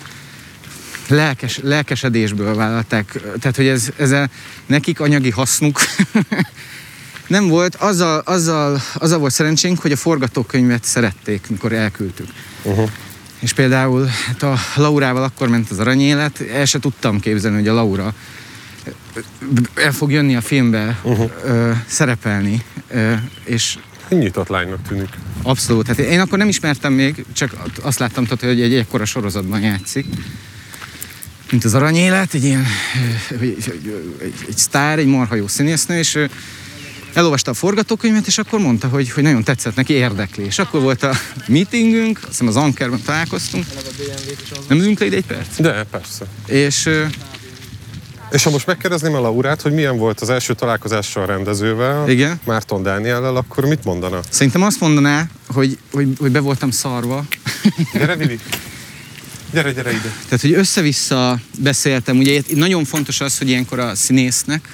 lelkesedésből vállalták. Tehát, hogy ez nekik anyagi hasznuk nem volt. Azzal volt szerencsénk, hogy a forgatókönyvet szerették, mikor elküldtük. És például hát a Laurával akkor ment az Aranyélet, el se tudtam képzelni, hogy a Laura el fog jönni a filmbe szerepelni. És
nyitott lánynak tűnik.
Abszolút. Hát én akkor nem ismertem még, csak azt láttam, hogy egy ekkora sorozatban játszik. Mint az Aranyélet, egy ilyen egy sztár, egy marha jó színésznő, és elolvasta a forgatókönyvet, és akkor mondta, hogy nagyon tetszett neki, érdekli. És akkor volt a meetingünk, azt hiszem az Ankerben találkoztunk. Nem ülünk le ide egy perc?
De, persze.
És
ha most megkérdezném a Laurát, hogy milyen volt az első találkozása a rendezővel,
igen?
Márton Dániellel, akkor mit mondana?
Szerintem azt mondaná, hogy be voltam szarva.
Gyere, Vili! Gyere ide!
Tehát, hogy össze-vissza beszéltem, ugye nagyon fontos az, hogy ilyenkor a színésznek,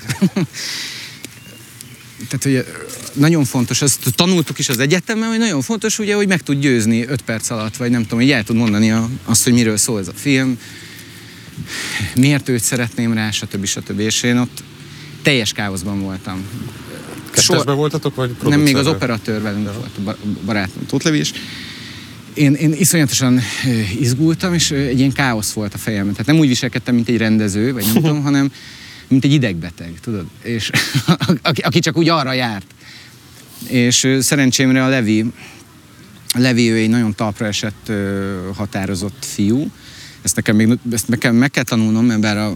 tehát, hogy nagyon fontos, azt tanultuk is az egyetemen, hogy nagyon fontos, ugye, hogy meg tud győzni 5 perc alatt, vagy nem tudom, hogy el tud mondani azt, hogy miről szól ez a film, miért őt szeretném rá, stb. És én ott teljes káoszban voltam.
Kettesben voltatok, vagy producerrel?
Nem, még az operatőr velünk volt, a barátom Tóth Levi is. Én iszonyatosan izgultam, és egy ilyen káosz volt a fejemben. Tehát nem úgy viselkedtem, mint egy rendező, vagy nem tudom, hanem mint egy idegbeteg, tudod? És aki csak úgy arra járt. És szerencsémre a Levi ő egy nagyon talpra esett, határozott fiú. Ezt nekem meg kell tanulnom, mert bár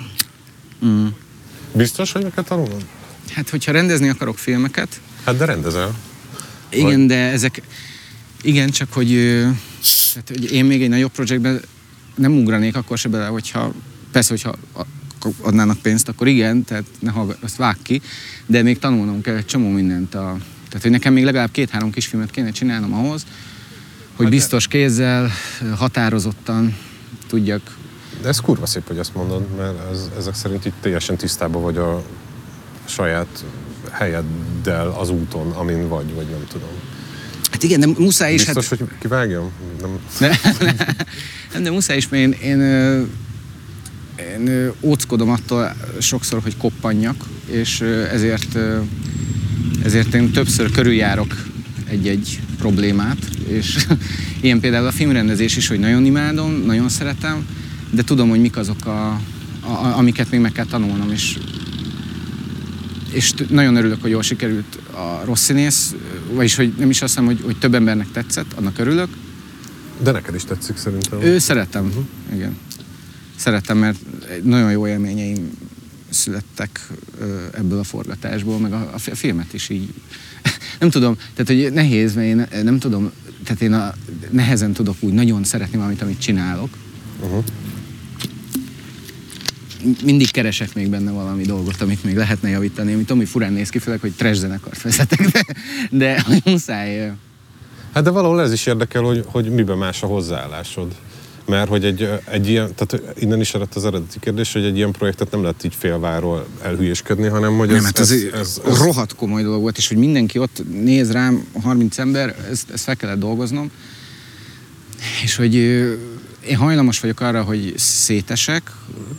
Biztos, hogy meg kell tanulnom?
Hát, hogyha rendezni akarok filmeket...
Hát, de rendezel.
Igen, vagy... de ezek... Igen, csak hogy én még egy nagyobb projektben nem ugranék akkor se bele, hogyha adnának pénzt, akkor igen, tehát azt vág ki, de még tanulnom kell egy csomó mindent. Tehát, hogy nekem még legalább 2-3 kisfilmet kéne csinálnom ahhoz, hogy biztos kézzel, határozottan tudjak.
De ez kurva szép, hogy azt mondod, mert ezek szerint így teljesen tisztában vagy saját helyeddel az úton, amin vagy nem tudom.
Hát igen, de muszáj is...
Biztos, hogy kivágjam?
Nem, de muszáj is, mert én óckodom attól sokszor, hogy koppanjak, és ezért én többször körüljárok egy problémát, és ilyen például a filmrendezés is, hogy nagyon imádom, nagyon szeretem, de tudom, hogy mik azok, amiket még meg kell tanulnom, és nagyon örülök, hogy jól sikerült a Rossz színész, vagyis hogy nem is azt hiszem, hogy több embernek tetszett, annak örülök.
De neked is tetszik szerintem.
Szeretem, igen. Szeretem, mert nagyon jó élményeim születtek ebből a forgatásból, meg a filmet is így. Nem tudom, tehát hogy nehéz, mert én nem tudom, tehát én nehezen tudok úgy nagyon szeretni valamit, amit csinálok. Mindig keresek még benne valami dolgot, amit még lehetne javítani, amit Tomi furán néz ki, főleg, hogy trash zenekart vezetek, de muszáj.
Hát de valahol ez is érdekel, hogy miben más a hozzáállásod. Mert hogy egy ilyen, tehát innen is eredt az eredeti kérdés, hogy egy ilyen projektet nem lehet így félváról elhülyéskedni, hanem hogy
ez rohadt komoly dolog volt, és hogy mindenki ott néz rám, 30 ember, ezt fel kellett dolgoznom, és hogy én hajlamos vagyok arra, hogy szétesek,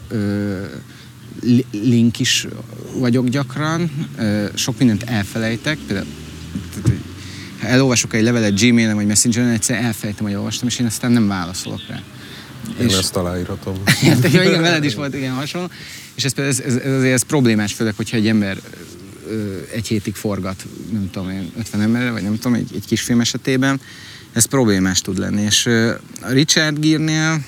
link is vagyok gyakran, sok mindent elfelejtek, például ha elolvasok egy levelet Gmailen vagy Messengeren, egyszer elfelejtem, hogy olvastam, és én aztán nem válaszolok rá.
Én ezt aláírhatom.
Igen, veled is volt igen hasonló. És ez problémás, főleg, hogyha egy ember egy hétig forgat, nem tudom én, 50 emberre, vagy nem tudom, egy kis film esetében, ez problémás tud lenni. És a Richard Gere-nél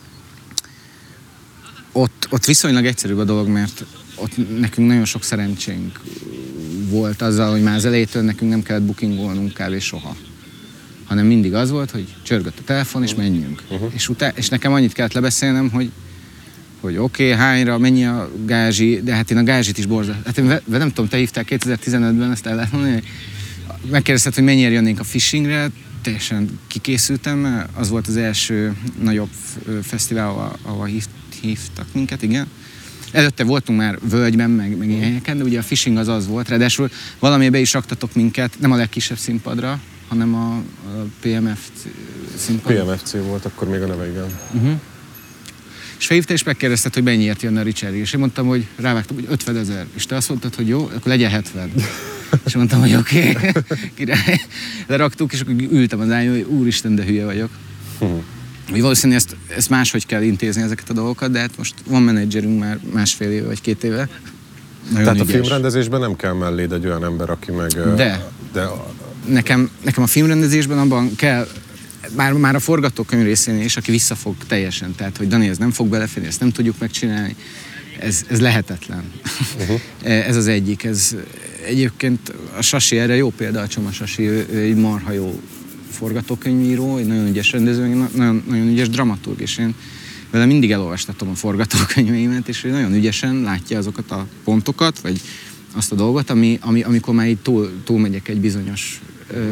ott viszonylag egyszerűbb a dolog, mert ott nekünk nagyon sok szerencsénk volt azzal, hogy már az elejétől nekünk nem kellett bookingolnunk kb. Soha. Hanem mindig az volt, hogy csörgött a telefon, és menjünk. És nekem annyit kellett lebeszélnem, hogy oké, hányra, mennyi a gázsi, de hát én a gázsit is borzasztó. Hát én nem tudom, te hívtál 2015-ben, ezt el lehet mondani, megkérdezted, hogy mennyire jönnénk a fishingre, teljesen kikészültem, mert az volt az első nagyobb fesztivál, ahol hívtak minket, igen. Előtte voltunk már völgyben, meg ilyen helyeken, de ugye a fishing az volt, ráadásul valamibe is raktatok minket, nem a legkisebb színpadra, hanem a PMFC színpadra.
PMFC volt akkor még a neve, igen.
És felhívta és megkérdezted, hogy mennyiért jönne a Richard, és én mondtam, hogy rávágtam, hogy 50 000, és te azt mondtad, hogy jó, akkor legyen 70. És mondtam, hogy oké, király. Leraktuk, és akkor ültem az ágyon, hogy úristen, de hülye vagyok. Hogy valószínűleg ezt máshogy kell intézni ezeket a dolgokat, de hát most van menedzserünk már másfél éve vagy 2 éve. Nagyon
tehát
ügyes.
A filmrendezésben nem kell melléd egy olyan ember, aki meg...
De. Nekem a filmrendezésben abban kell, már a forgatókönyv részén is, aki visszafog teljesen. Tehát, hogy Dani, ez nem fog beleférni, ezt nem tudjuk megcsinálni. Ez lehetetlen. Ez az egyik. Ez egyébként a Sasi erre jó példa, a Csoma Sasi, egy marha jó forgatókönyvíró, egy nagyon ügyes rendező, nagyon ügyes dramaturg, és én vele mindig elolvastatom a forgatókönyveimet, és ő nagyon ügyesen látja azokat a pontokat, vagy azt a dolgot, amikor már így túlmegyek egy bizonyos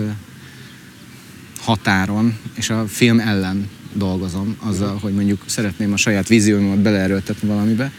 határon, és a film ellen dolgozom, azzal, hogy mondjuk szeretném a saját víziómat beleerőltetni valamibe.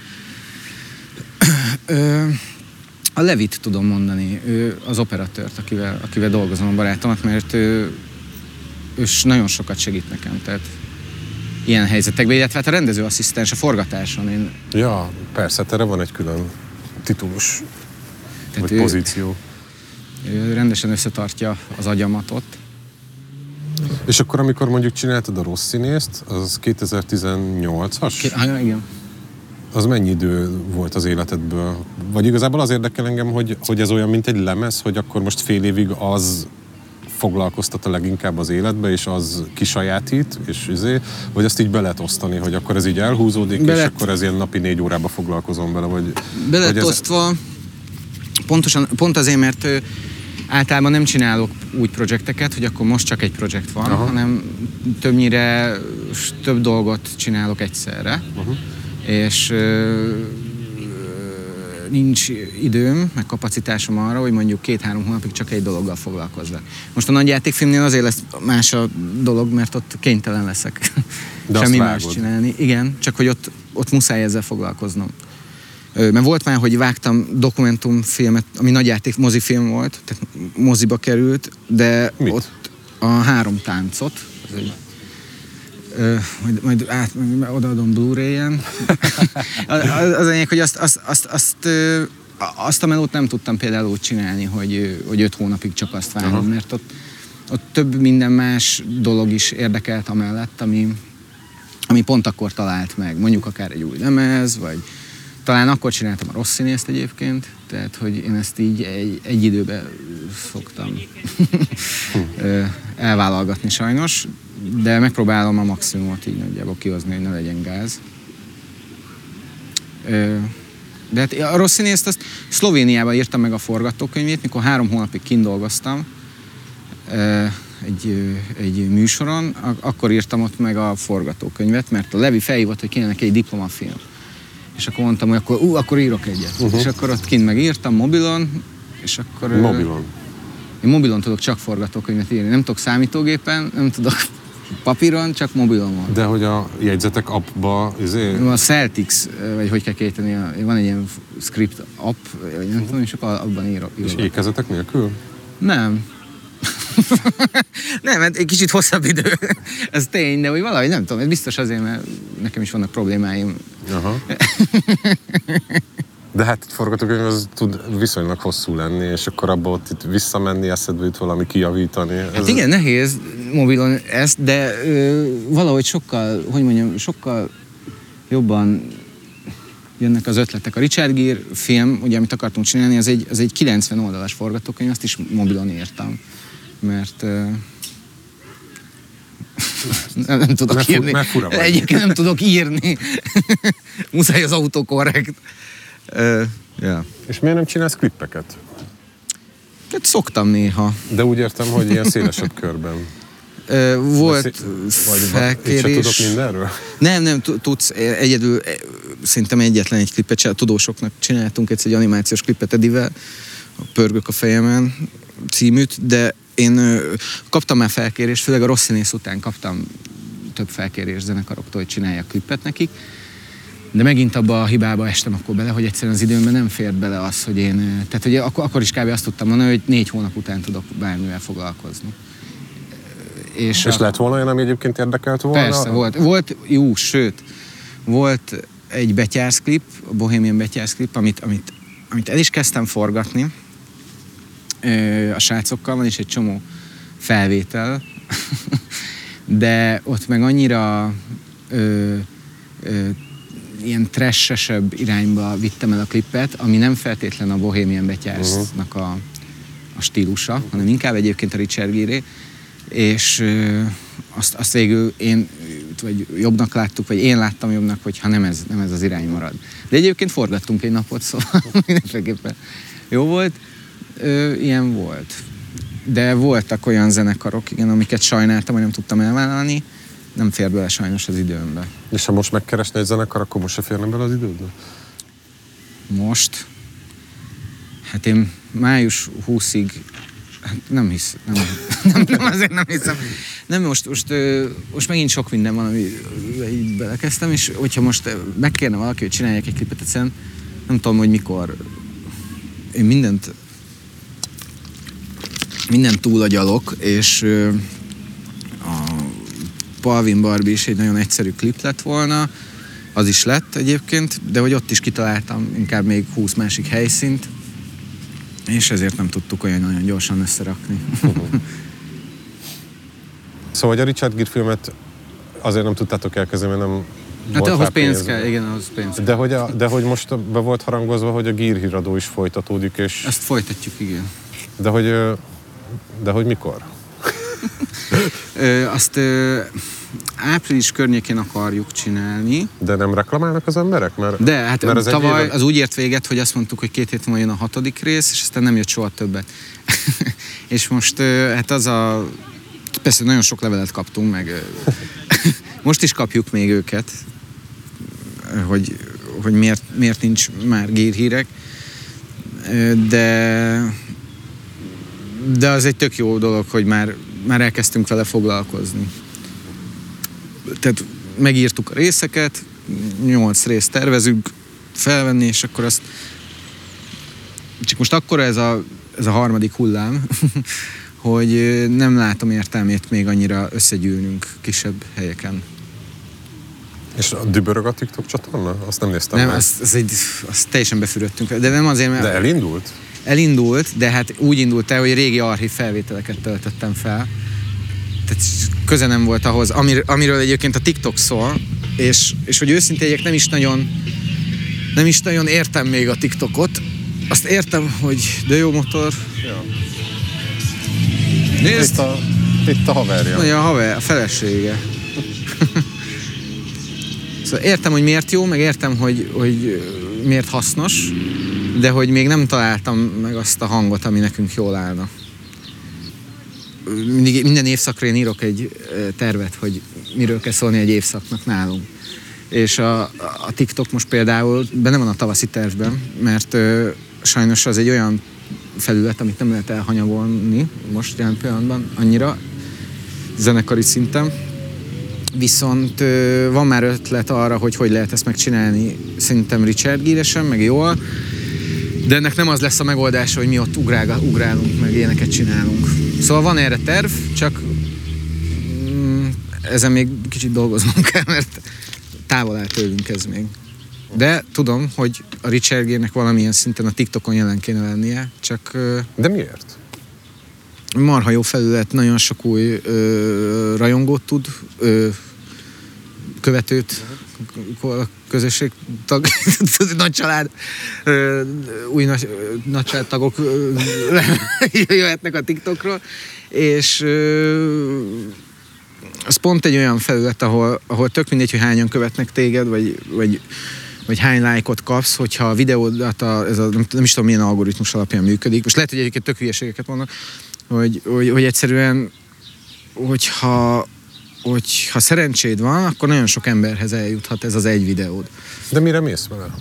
A Levit tudom mondani, ő az operatőrt, akivel dolgozom, a barátomat, mert ő nagyon sokat segít nekem, tehát ilyen helyzetekben, illetve hát a rendezőasszisztens a forgatáson.
Ja, persze, erre van egy külön titulus, tehát vagy pozíció.
Ő rendesen összetartja az agyamat ott.
És akkor, amikor mondjuk csináltad a Rossz színészt, az 2018-as?
Igen.
Az mennyi idő volt az életedből? Vagy igazából az érdekel engem, hogy ez olyan, mint egy lemez, hogy akkor most fél évig az foglalkoztat a leginkább az életbe, és az kisajátít, és vagy azt így be lehet osztani, hogy akkor ez így elhúzódik, és akkor ez ilyen napi 4 órába foglalkozom vele, vagy...
Be lett osztva, pont azért, mert általában nem csinálok úgy projekteket, hogy akkor most csak egy projekt van, hanem többnyire több dolgot csinálok egyszerre, és nincs időm, meg kapacitásom arra, hogy mondjuk 2-3 hónapig csak egy dologgal foglalkozzak. Most a nagyjátékfilmnél azért lesz más a dolog, mert ott kénytelen leszek semmi más csinálni. Igen, csak hogy ott muszáj ezzel foglalkoznom. Mert volt már, hogy vágtam dokumentumfilmet, ami nagyjáték mozifilm volt, tehát moziba került, de
Mit?
ott a 3 táncot, majd odaadom Blu-ray-en. Az lényeg, hogy azt a melót nem tudtam például úgy csinálni, hogy 5 hónapig csak azt vágom, mert ott több minden más dolog is érdekelt amellett, ami pont akkor talált meg. Mondjuk akár egy új lemez, vagy talán akkor csináltam a Rossz Színészt egyébként, tehát hogy én ezt így egy időben szoktam elvállalgatni sajnos, de megpróbálom a maximumot így nagyjából kihozni, hogy ne legyen gáz. De hát a Rossz Színészt azt Szlovéniában írtam meg a forgatókönyvét, mikor 3 hónapig kint dolgoztam egy műsoron, akkor írtam ott meg a forgatókönyvet, mert a Levi felhívott, hogy kéne neki egy diplomafilm. És akkor mondtam, hogy akkor írok egyet. És akkor ott kint megírtam mobilon, és akkor...
Mobilon?
Én mobilon tudok csak forgatókönyvet írni. Nem tudok számítógépen, nem tudok papíron, csak mobilon van.
De hogy a jegyzetek appba...
A Celtics, vagy hogy kell kéteni, van egy ilyen script app, vagy nem tudom, és akkor abban írok.
És ékezetek nélkül?
Nem. Nem, egy kicsit hosszabb idő. Ez tény, de hogy valahogy nem tudom, ez biztos azért, mert nekem is vannak problémáim.
Aha. De hát egy forgatókönyv az tud viszonylag hosszú lenni, és akkor abba ott itt visszamenni, eszedbe jut valami kijavítani.
Hát igen, nehéz mobilon ezt, de valahogy sokkal jobban jönnek az ötletek. A Richard Gere film, ugye, amit akartunk csinálni, az egy 90 oldalas forgatókönyv, azt is mobilon írtam. Mert nem tudok írni. Egyébként nem tudok írni. Muszáj az autokorrekt. Yeah.
És miért nem csinálsz klippeket?
Hát szoktam néha.
De úgy értem, hogy ilyen szélesebb körben.
Volt felkérés.
Én sem tudok mindenről?
Nem, tudsz egyedül, szerintem egyetlen egy klippet, tudósoknak csináltunk egy animációs klippet Edivel, a Pörgök a fejemen címűt, de én kaptam már felkérést, főleg a Rossz Színész után kaptam több felkérést zenekaroktól, hogy csináljak klippet nekik, de megint abba a hibába estem akkor bele, hogy egyszerűen az időmben nem fért bele az, hogy én... Tehát ugye akkor is kb. Azt tudtam mondani, hogy 4 hónap után tudok bármivel foglalkozni. És
lett volna olyan, ami egyébként érdekelt volna?
Persze, volt sőt, volt egy betyársz klip, a Bohemian betyársz klip, amit el is kezdtem forgatni, a srácokkal, van is egy csomó felvétel, de ott meg annyira ilyen trash-esebb irányba vittem el a klippet, ami nem feltétlen a Bohemian betyársznak a stílusa, hanem inkább egyébként a Richard Gere, és azt végül vagy jobbnak láttuk, vagy én láttam jobbnak, hogyha nem ez az irány marad. De egyébként forgattunk egy napot, szóval mindenféleképpen jó volt. Ilyen volt. De voltak olyan zenekarok, igen, amiket sajnáltam, hogy nem tudtam elvállalni, nem fér bele sajnos az időmbe.
És ha most megkeresne egy zenekar, akkor most se férne bele az idődbe?
Most? Hát én május 20-ig, nem hiszem, nem azért nem hiszem. Nem, most megint sok minden van, amiben így belekezdtem, és hogyha most megkérne valaki, hogy csináljak egy klipet, egyszerűen nem tudom, hogy mikor. Én mindent túlagyalok, és a Palvin Barbie is egy nagyon egyszerű klip lett volna, az is lett egyébként, de hogy ott is kitaláltam inkább még 20 másik helyszínt, és ezért nem tudtuk olyan nagyon gyorsan összerakni.
Szóval, hogy a Richard Gere filmet azért nem tudtátok elkezdeni, mert nem
hát
volt
ahhoz pénz kell, igen, ahhoz pénz kell.
De hogy most be volt harangozva, hogy a Gere híradó is folytatódik, és...
Ezt folytatjuk, igen.
De hogy mikor?
Azt április környékén akarjuk csinálni.
De nem reklamálnak az emberek?
De hát mert tavaly az úgy ért véget, hogy azt mondtuk, hogy 2 hét múlva jön a 6. rész, és aztán nem jött soha többet. És most hát persze nagyon sok levelet kaptunk, meg most is kapjuk még őket, hogy miért nincs már Gere hírek. De az egy tök jó dolog, hogy már elkezdtünk vele foglalkozni. Tehát megírtuk a részeket, 8 részt tervezünk, felvenni, és akkor azt csak most akkora ez a harmadik hullám, hogy nem látom értelmét még annyira összegyűlnünk kisebb helyeken.
És dübörög a TikTok csatorna? Azt nem néztem meg.
Nem, azt teljesen befürödtünk. De nem azért, mert...
De elindult?
Elindult, de hát úgy indult el, hogy régi archív felvételeket töltöttem fel. Tehát köze nem volt ahhoz, amiről egyébként a TikTok szól, és hogy őszintén nem is nagyon értem még a TikTokot. Azt értem, hogy de jó motor.
Ja.
Nézd!
Itt a haverja.
Mondja, a haver, a felesége. Szóval értem, hogy miért jó, meg értem, hogy miért hasznos, de hogy még nem találtam meg azt a hangot, ami nekünk jól állna. Minden évszakra én írok egy tervet, hogy miről kell szólni egy évszaknak nálunk. És a TikTok most például benne van a tavaszi tervben, mert sajnos az egy olyan felület, amit nem lehet elhanyagolni most jelen pillanatban annyira zenekari szinten. Viszont van már ötlet arra, hogy lehet ezt megcsinálni szerintem Richard Gere-sen, meg jól, de ennek nem az lesz a megoldása, hogy mi ott ugrálunk, meg ilyeneket csinálunk. Szóval van erre terv, csak ezen még kicsit dolgoznunk kell, mert távol áll tőlünk ez még. De tudom, hogy a Richard Gere-nek valamilyen szinten a TikTokon jelen kéne lennie, csak...
De miért?
Marha jó felület, nagyon sok új rajongót tud, követőt, közösség tag, nagy család, új nagy családtagok jöhetnek a TikTokról, és az pont egy olyan felület, ahol tök mindegy, hogy hányan követnek téged, vagy hány lájkot kapsz, hogyha a videódat, nem is tudom milyen algoritmus alapján működik. Most lehet, hogy egyébként tök hülyeségeket mondok, hogy egyszerűen, hogyha szerencséd van, akkor nagyon sok emberhez eljuthat ez az egy videód.
De mire mész vele?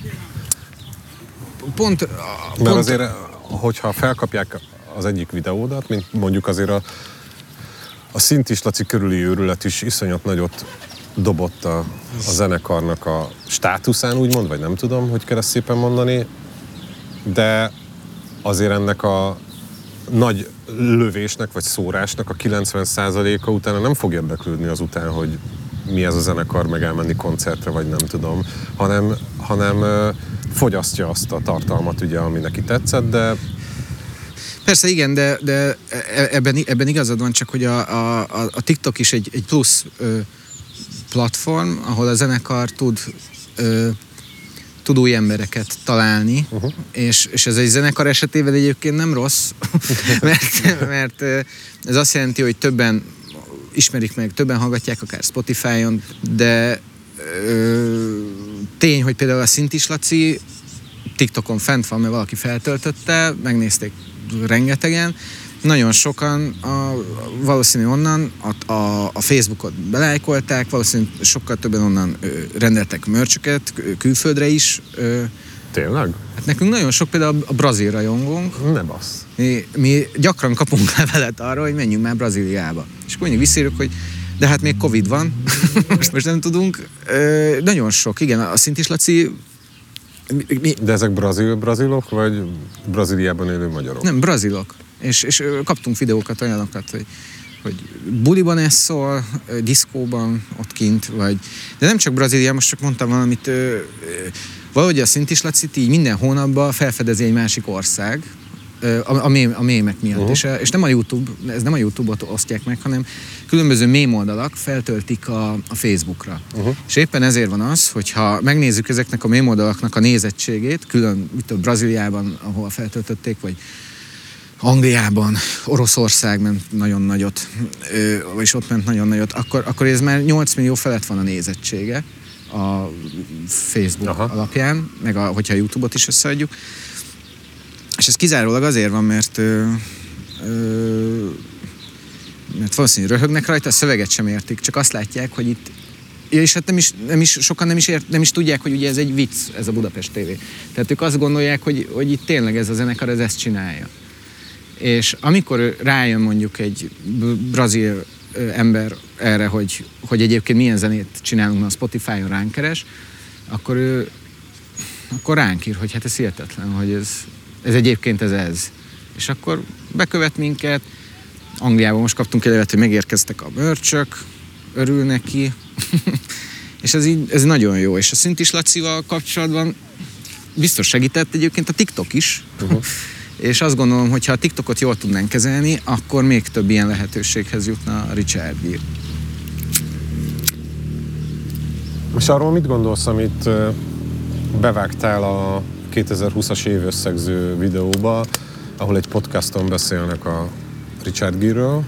Mert azért, hogyha felkapják az egyik videódat, mint mondjuk azért a Szintis Laci körüli őrület is iszonyat nagyot dobott a zenekarnak a státuszán, úgymond, vagy nem tudom, hogy kell ezt szépen mondani, de azért ennek a nagy lövésnek, vagy szórásnak a 90%-a utána nem fog érdeklődni azután, hogy mi ez a zenekar, meg elmenni koncertre, vagy nem tudom, hanem fogyasztja azt a tartalmat, ugye, ami neki tetszett, de...
Persze igen, de ebben igazad van, csak hogy a TikTok is egy plusz platform, ahol a zenekar tud új embereket találni, és ez egy zenekar esetében egyébként nem rossz, mert ez azt jelenti, hogy többen ismerik meg, többen hallgatják akár Spotify-on, de tény, hogy például a Szintis Laci TikTokon fent van, mert valaki feltöltötte, megnézték rengetegen, nagyon sokan valószínű onnan a Facebookot belájkolták, valószínű sokkal többen onnan rendeltek merchöket külföldre is.
Tényleg?
Hát nekünk nagyon sok például a brazil rajongónk.
Ne bassz.
Mi gyakran kapunk levelet arra, hogy menjünk már Brazíliába. És akkor mindig visszaírjuk, hogy de hát még Covid van, most nem tudunk. Nagyon sok, igen, a Szintis Laci...
De ezek brazilok, vagy Brazíliában élő magyarok?
Nem, brazilok. És kaptunk videókat, olyanokat, hogy buliban eszol, diszkóban, ott kint, vagy... De nem csak Brazília, most csak mondtam valamit, valahogy a Szintis Lacit így minden hónapban felfedezi egy másik ország, a mémek miatt. És nem a YouTube, ez nem a YouTube-ot osztják meg, hanem különböző mém oldalak feltöltik a Facebookra. És éppen ezért van az, hogyha megnézzük ezeknek a mém oldalaknak a nézettségét, külön Brazíliában, ahol feltöltötték, vagy Angliában, Oroszország ment nagyon nagyot, vagyis ott ment nagyon nagyot, akkor ez már 8 millió felett van a nézettsége a Facebook alapján, meg hogyha a YouTube-ot is összeadjuk. És ez kizárólag azért van, mert valószínűleg röhögnek rajta, a szöveget sem értik, csak azt látják, hogy itt... Ja, és hát sokan nem is tudják, hogy ugye ez egy vicc, ez a Budapest TV. Tehát ők azt gondolják, hogy itt tényleg ez a zenekar, ez ezt csinálja. És amikor rájön mondjuk egy brazil ember erre, hogy egyébként milyen zenét csinálunk, mert a Spotify-on ránk keres, akkor ő akkor ránk ír, hogy hát ez hihetetlen, hogy ez egyébként ez. És akkor bekövet minket. Angliában most kaptunk egy levelet, hogy megérkeztek a mörcsök, örül neki. És ez nagyon jó. És a Szintis Lacival kapcsolatban biztos segített egyébként a TikTok is. És azt gondolom, hogy ha a TikTokot jól tudnánk kezelni, akkor még több ilyen lehetőséghez jutna a Richard Gere.
És arról mit gondolsz, amit bevágtál a 2020-as év összegző videóba, ahol egy podcaston beszélnek a Richard Gere-ről,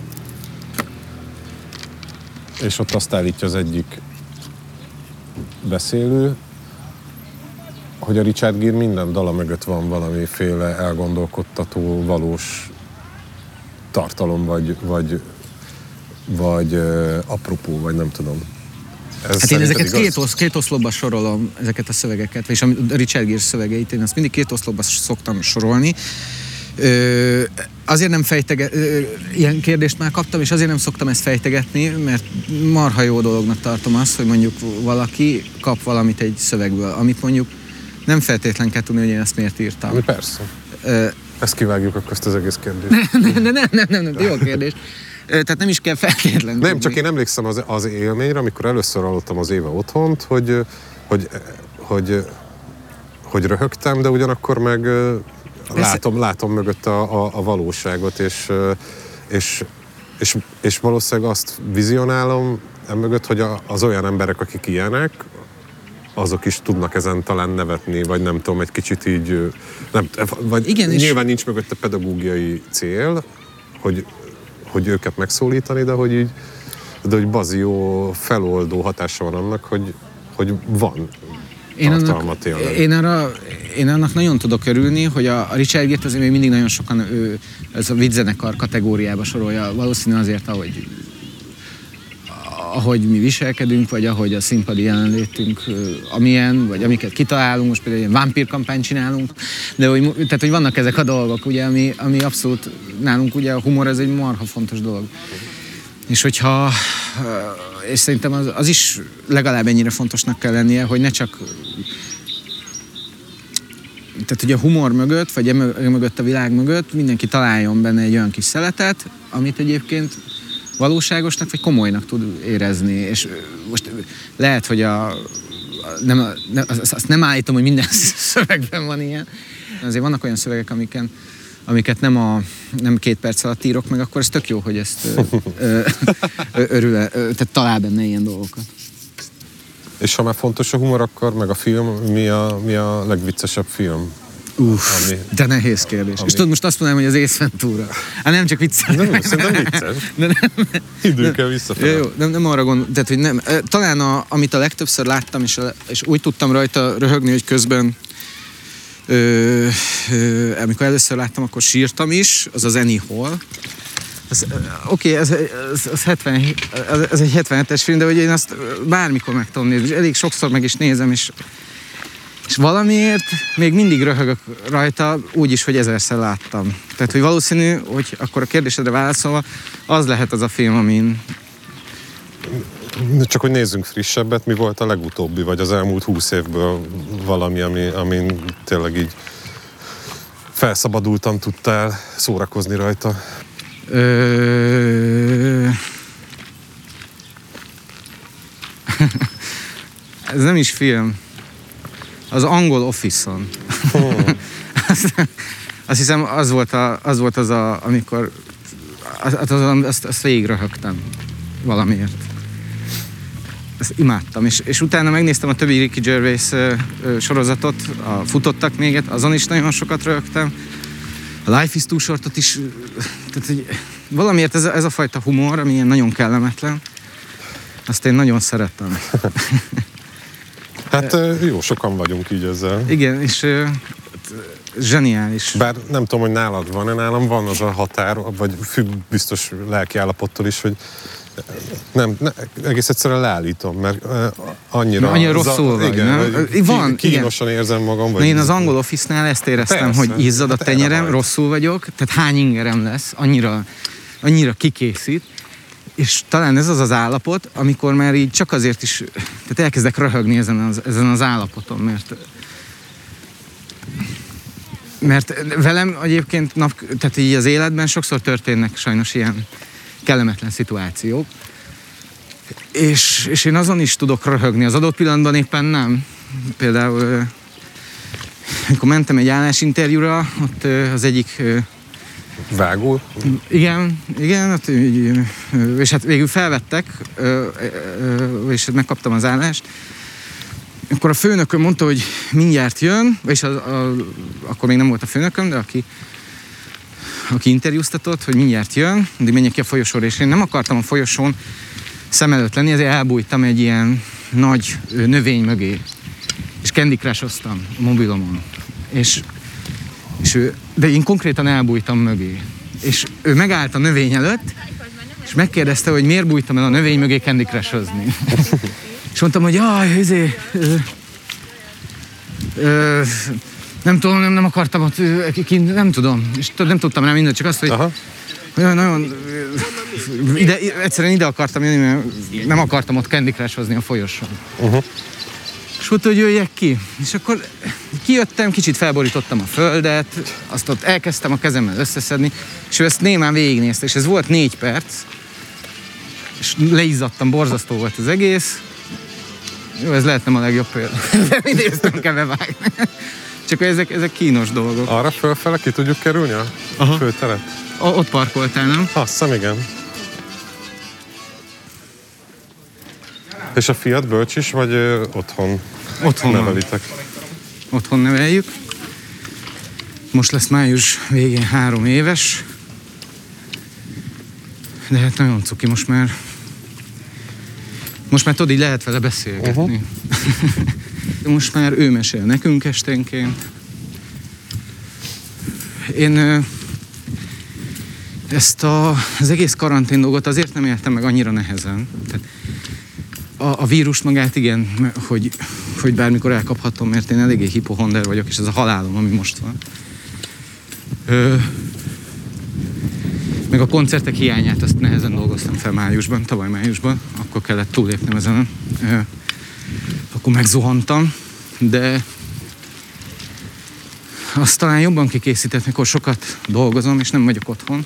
és ott azt állítja az egyik beszélő, hogy a Richard Gere minden dala mögött van valamiféle elgondolkodtató, valós tartalom, vagy apropó, vagy nem tudom.
Hát én ezeket két oszlopba sorolom, ezeket a szövegeket, vagyis a Richard Gere szövegeit, én azt mindig két oszlopba szoktam sorolni. Azért nem ilyen kérdést már kaptam, és azért nem szoktam ezt fejtegetni, mert marha jó dolognak tartom azt, hogy mondjuk valaki kap valamit egy szövegből, amit mondjuk nem feltétlen kell tudni, hogy én ezt miért írtam.
Persze. Ezt kivágjuk akkor ezt az egész kérdést.
Nem, jó kérdés. Tehát nem is kell feltétlen tudni.
Nem, csak én emlékszem az élményre, amikor először hallottam az Éva otthont, hogy röhögtem, de ugyanakkor meg látom mögött a valóságot, és valószínűleg azt vizionálom emögött, hogy az olyan emberek, akik ilyenek, azok is tudnak ezen talán nevetni, vagy nem tudom, egy kicsit így, vagy igen, nyilván nincs mögött a pedagógiai cél, hogy őket megszólítani, de hogy bazió feloldó hatása van annak, hogy van tartalma tényleg.
Én annak nagyon tudok örülni, hogy a Richard Gere-t azért még mindig nagyon sokan ez a viczenekar kategóriába sorolja, valószínű azért, ahogy mi viselkedünk, vagy ahogy a színpadi jelenlétünk amilyen, vagy amiket kitalálunk, most például ilyen vámpírkampányt csinálunk, de hogy vannak ezek a dolgok, ugye, ami abszolút nálunk ugye a humor, ez egy marha fontos dolog. És és szerintem az is legalább ennyire fontosnak kell lennie, hogy ne csak tehát ugye a humor mögött, vagy mögött a világ mögött mindenki találjon benne egy olyan kis szeletet, amit egyébként valóságosnak vagy komolynak tud érezni. És most lehet, hogy azt nem állítom, hogy minden szövegben van ilyen. Azért vannak olyan szövegek, amiket nem 2 perc alatt írok meg, akkor ez tök jó, hogy ezt tehát talál benne ilyen dolgokat.
És ha már fontos a humor, akkor meg a film, mi a legviccesebb film?
De nehéz kérdés. És tudod, most azt mondanám, hogy az Ace Ventura. Hát nem csak vicces.
Nem, szerintem vicces. Idő kell visszafelé.
Jó, nem arra gondolom, tehát hogy nem. Talán amit a legtöbbször láttam, és úgy tudtam rajta röhögni, hogy közben amikor először láttam, akkor sírtam is, az Annie Hall. Oké, ez egy 77-es film, de hogy én azt bármikor meg tudom nézni, és elég sokszor meg is nézem, és valamiért még mindig röhögök rajta, úgy is, hogy 1000-szer láttam. Tehát, hogy valószínű, hogy akkor a kérdésedre válaszolva, az lehet az a film, amin...
Csak hogy nézzünk frissebbet, mi volt a legutóbbi, vagy az elmúlt 20 évből valami, amin tényleg így felszabadultan tudtál szórakozni rajta?
Ez nem is film. Az angol Office-on. Azt hiszem, az volt amikor azt végig röhögtem valamiért. Ezt imádtam, és utána megnéztem a többi Ricky Gervais sorozatot, a Futottak még, azon is nagyon sokat röhögtem. A Life is Too Shortot is, tehát hogy valamiért ez a fajta humor, ami ilyen nagyon kellemetlen, azt én nagyon szerettem.
Hát jó, sokan vagyunk így ezzel.
Igen, és zseniális.
Bár nem tudom, hogy nálad van-e, nálam van az a határ, vagy függ biztos lelkiállapottól is, hogy nem, egész egyszerűen leállítom, mert annyira
rosszul vagy,
igen, kínosan érzem magam. Vagy
én az angol Office-nál ezt éreztem, persze, hogy izzad a tenyerem, rosszul vagyok, tehát hány ingerem lesz, annyira kikészít, és talán ez az állapot, amikor már így csak azért is, tehát elkezdek röhögni ezen az állapoton, mert Mert velem egyébként tehát így az életben sokszor történnek sajnos ilyen kellemetlen szituációk, és én azon is tudok röhögni, az adott pillanatban éppen nem. Például, amikor mentem egy állásinterjúra, ott az egyik...
Vágó?
Igen, ott, és hát végül felvettek, és megkaptam az állást. Akkor a főnököm mondta, hogy mindjárt jön, és akkor még nem volt a főnököm, de aki interjúztatott, hogy mindjárt jön, de menjek ki a folyosóra, és én nem akartam a folyosón szem előtt lenni, ezért elbújtam egy ilyen nagy növény mögé, és Candy Crush-oztam a mobilomon. De én konkrétan elbújtam mögé. És ő megállt a növény előtt, és megkérdezte, hogy miért bújtam el a növény mögé Candy Crush-ozni. És mondtam, hogy nem tudom, nem akartam ott, nem tudom, és nem tudtam rá mindent, csak azt, hogy nagyon egyszerűen ide akartam jönni, mert nem akartam ott Candy Crush-ozni a folyosón. És mondta, hogy jöjjek ki. És akkor kijöttem, kicsit felborítottam a földet, azt ott elkezdtem a kezemmel összeszedni, és ő ezt némán végignézte, és ez volt 4 perc, és leizzadtam, borzasztó volt az egész. Jó, ez lehet nem a legjobb példa, de mindig nem kell bevágni. Csak ezek kínos dolgok.
Arra fölfele ki tudjuk kerülni a főteret?
Ott parkoltál, nem?
Azt hiszem, igen. És a fiat bölcs is, vagy otthon nevelitek?
Otthon neveljük. Most lesz május végén 3 éves. De hát nagyon cuki, most már tudod, így lehet vele beszélgetni. Most már ő mesél nekünk esténként. Én ezt az egész karantén dolgot azért nem éltem meg annyira nehezen. Tehát a vírus magát igen, hogy bármikor elkaphatom, mert én eléggé hipohonder vagyok, és ez a halálom, ami most van. Meg a koncertek hiányát, azt nehezen dolgoztam fel tavaly májusban, akkor kellett túllépnem ezen. Akkor megzuhantam, de azt talán jobban kikészített, mikor sokat dolgozom, és nem vagyok otthon.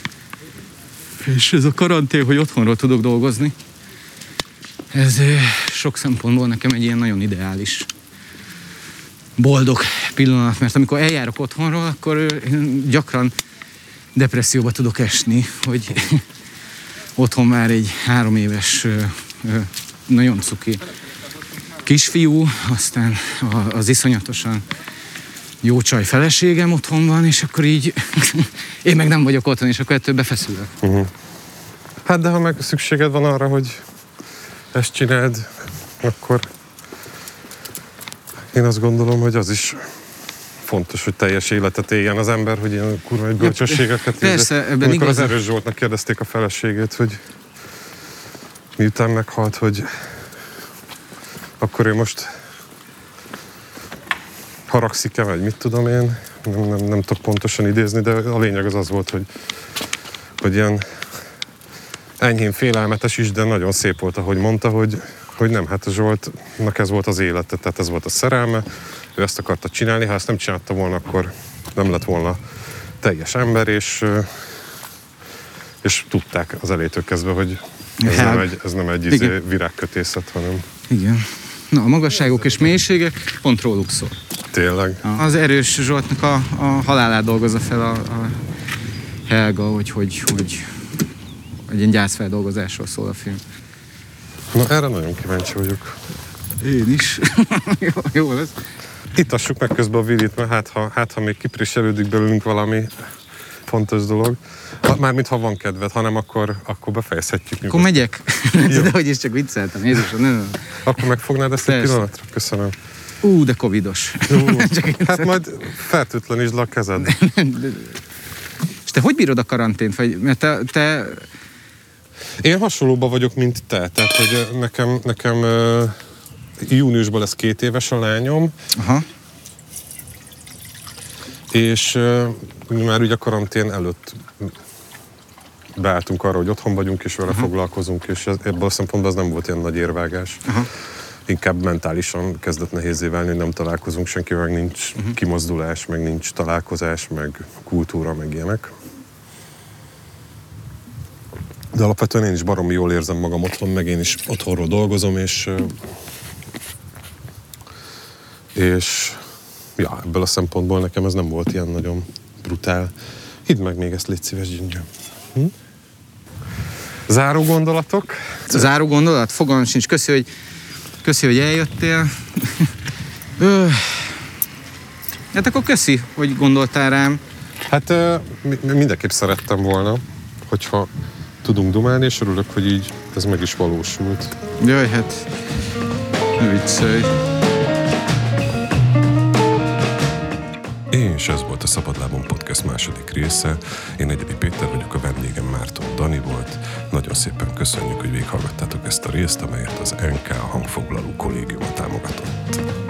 És ez a karantén, hogy otthonról tudok dolgozni, ez sok szempontból nekem egy ilyen nagyon ideális, boldog pillanat, mert amikor eljárok otthonról, akkor gyakran depresszióba tudok esni, hogy otthon már egy 3 éves, nagyon cuki kisfiú, aztán az iszonyatosan jó csaj feleségem otthon van, és akkor így én meg nem vagyok otthon, és akkor ettől befeszülök.
Hát de ha meg szükséged van arra, hogy ezt csináld, akkor én azt gondolom, hogy az is fontos, hogy teljes életet éljen az ember, hogy ilyen kurva egy bölcsességeket.
Persze, ebben
amikor
igaz.
Az Erős Zsoltnak kérdezték a feleségét, hogy miután meghalt, hogy akkor ő most haragszik-e, vagy mit tudom én, nem tudok pontosan idézni, de a lényeg az volt, hogy ilyen enyhén félelmetes is, de nagyon szép volt, ahogy mondta, hogy nem, hát a Zsoltnak ez volt az élete, tehát ez volt a szerelme, ő ezt akarta csinálni, ha ezt nem csinálta volna, akkor nem lett volna teljes ember, és tudták az elétől kezdve, hogy ez nem egy virágkötészet, hanem...
Igen. Na, a magasságok és mélységek pont róluk szól.
Tényleg?
Az Erős Zsoltnak a halálát dolgozza fel a Helga, hogy egy gyászfeldolgozásról szól a film.
Na, erre nagyon kíváncsi vagyok.
Én is. Jó lesz.
Itassuk meg közben a virit, mert hát ha még kipréselődik belőlünk valami fontos dolog. Mármint ha van kedved, hanem akkor befejezhetjük.
Akkor megyek. De hogy is csak vicceltem. Jézusom, nem.
Akkor megfognád ezt egy pillanatra? Köszönöm.
De covidos.
Hát majd fertőtlenítsd le a kezed.
És te hogy bírod a karantént? Mert te...
Én hasonlóban vagyok, mint te. Tehát, hogy nekem júniusban lesz 2 éves a lányom.
Aha.
És már ugye a karantén előtt beálltunk arra, hogy otthon vagyunk, és vele foglalkozunk, és ebből a szempontból az nem volt ilyen nagy érvágás.
Aha.
inkább mentálisan kezdett nehézé válni, hogy nem találkozunk senkivel, meg nincs kimozdulás, meg nincs találkozás, meg kultúra, meg ilyenek. De alapvetően én is baromi jól érzem magam otthon, meg én is otthonról dolgozom, és ja, ebből a szempontból nekem ez nem volt ilyen nagyon brutál. Hidd meg még ezt, légy szíves, Gyöngyöm. Záró gondolatok?
Záró gondolat? Fogalmam sincs. Köszi, hogy eljöttél. Hát akkor köszi, hogy gondoltál rám.
Hát mindenképp szerettem volna, hogyha tudunk dumálni, és örülök, hogy így ez meg is valósult.
Jaj, hát ne viccelj.
És ez volt a Szabadlábon Podcast második része. Én Egyedi Péter vagyok, a vendégem Márton Dani volt. Nagyon szépen köszönjük, hogy végighallgattátok ezt a részt, amelyet az NK Hangfoglaló Kollégiuma támogatott.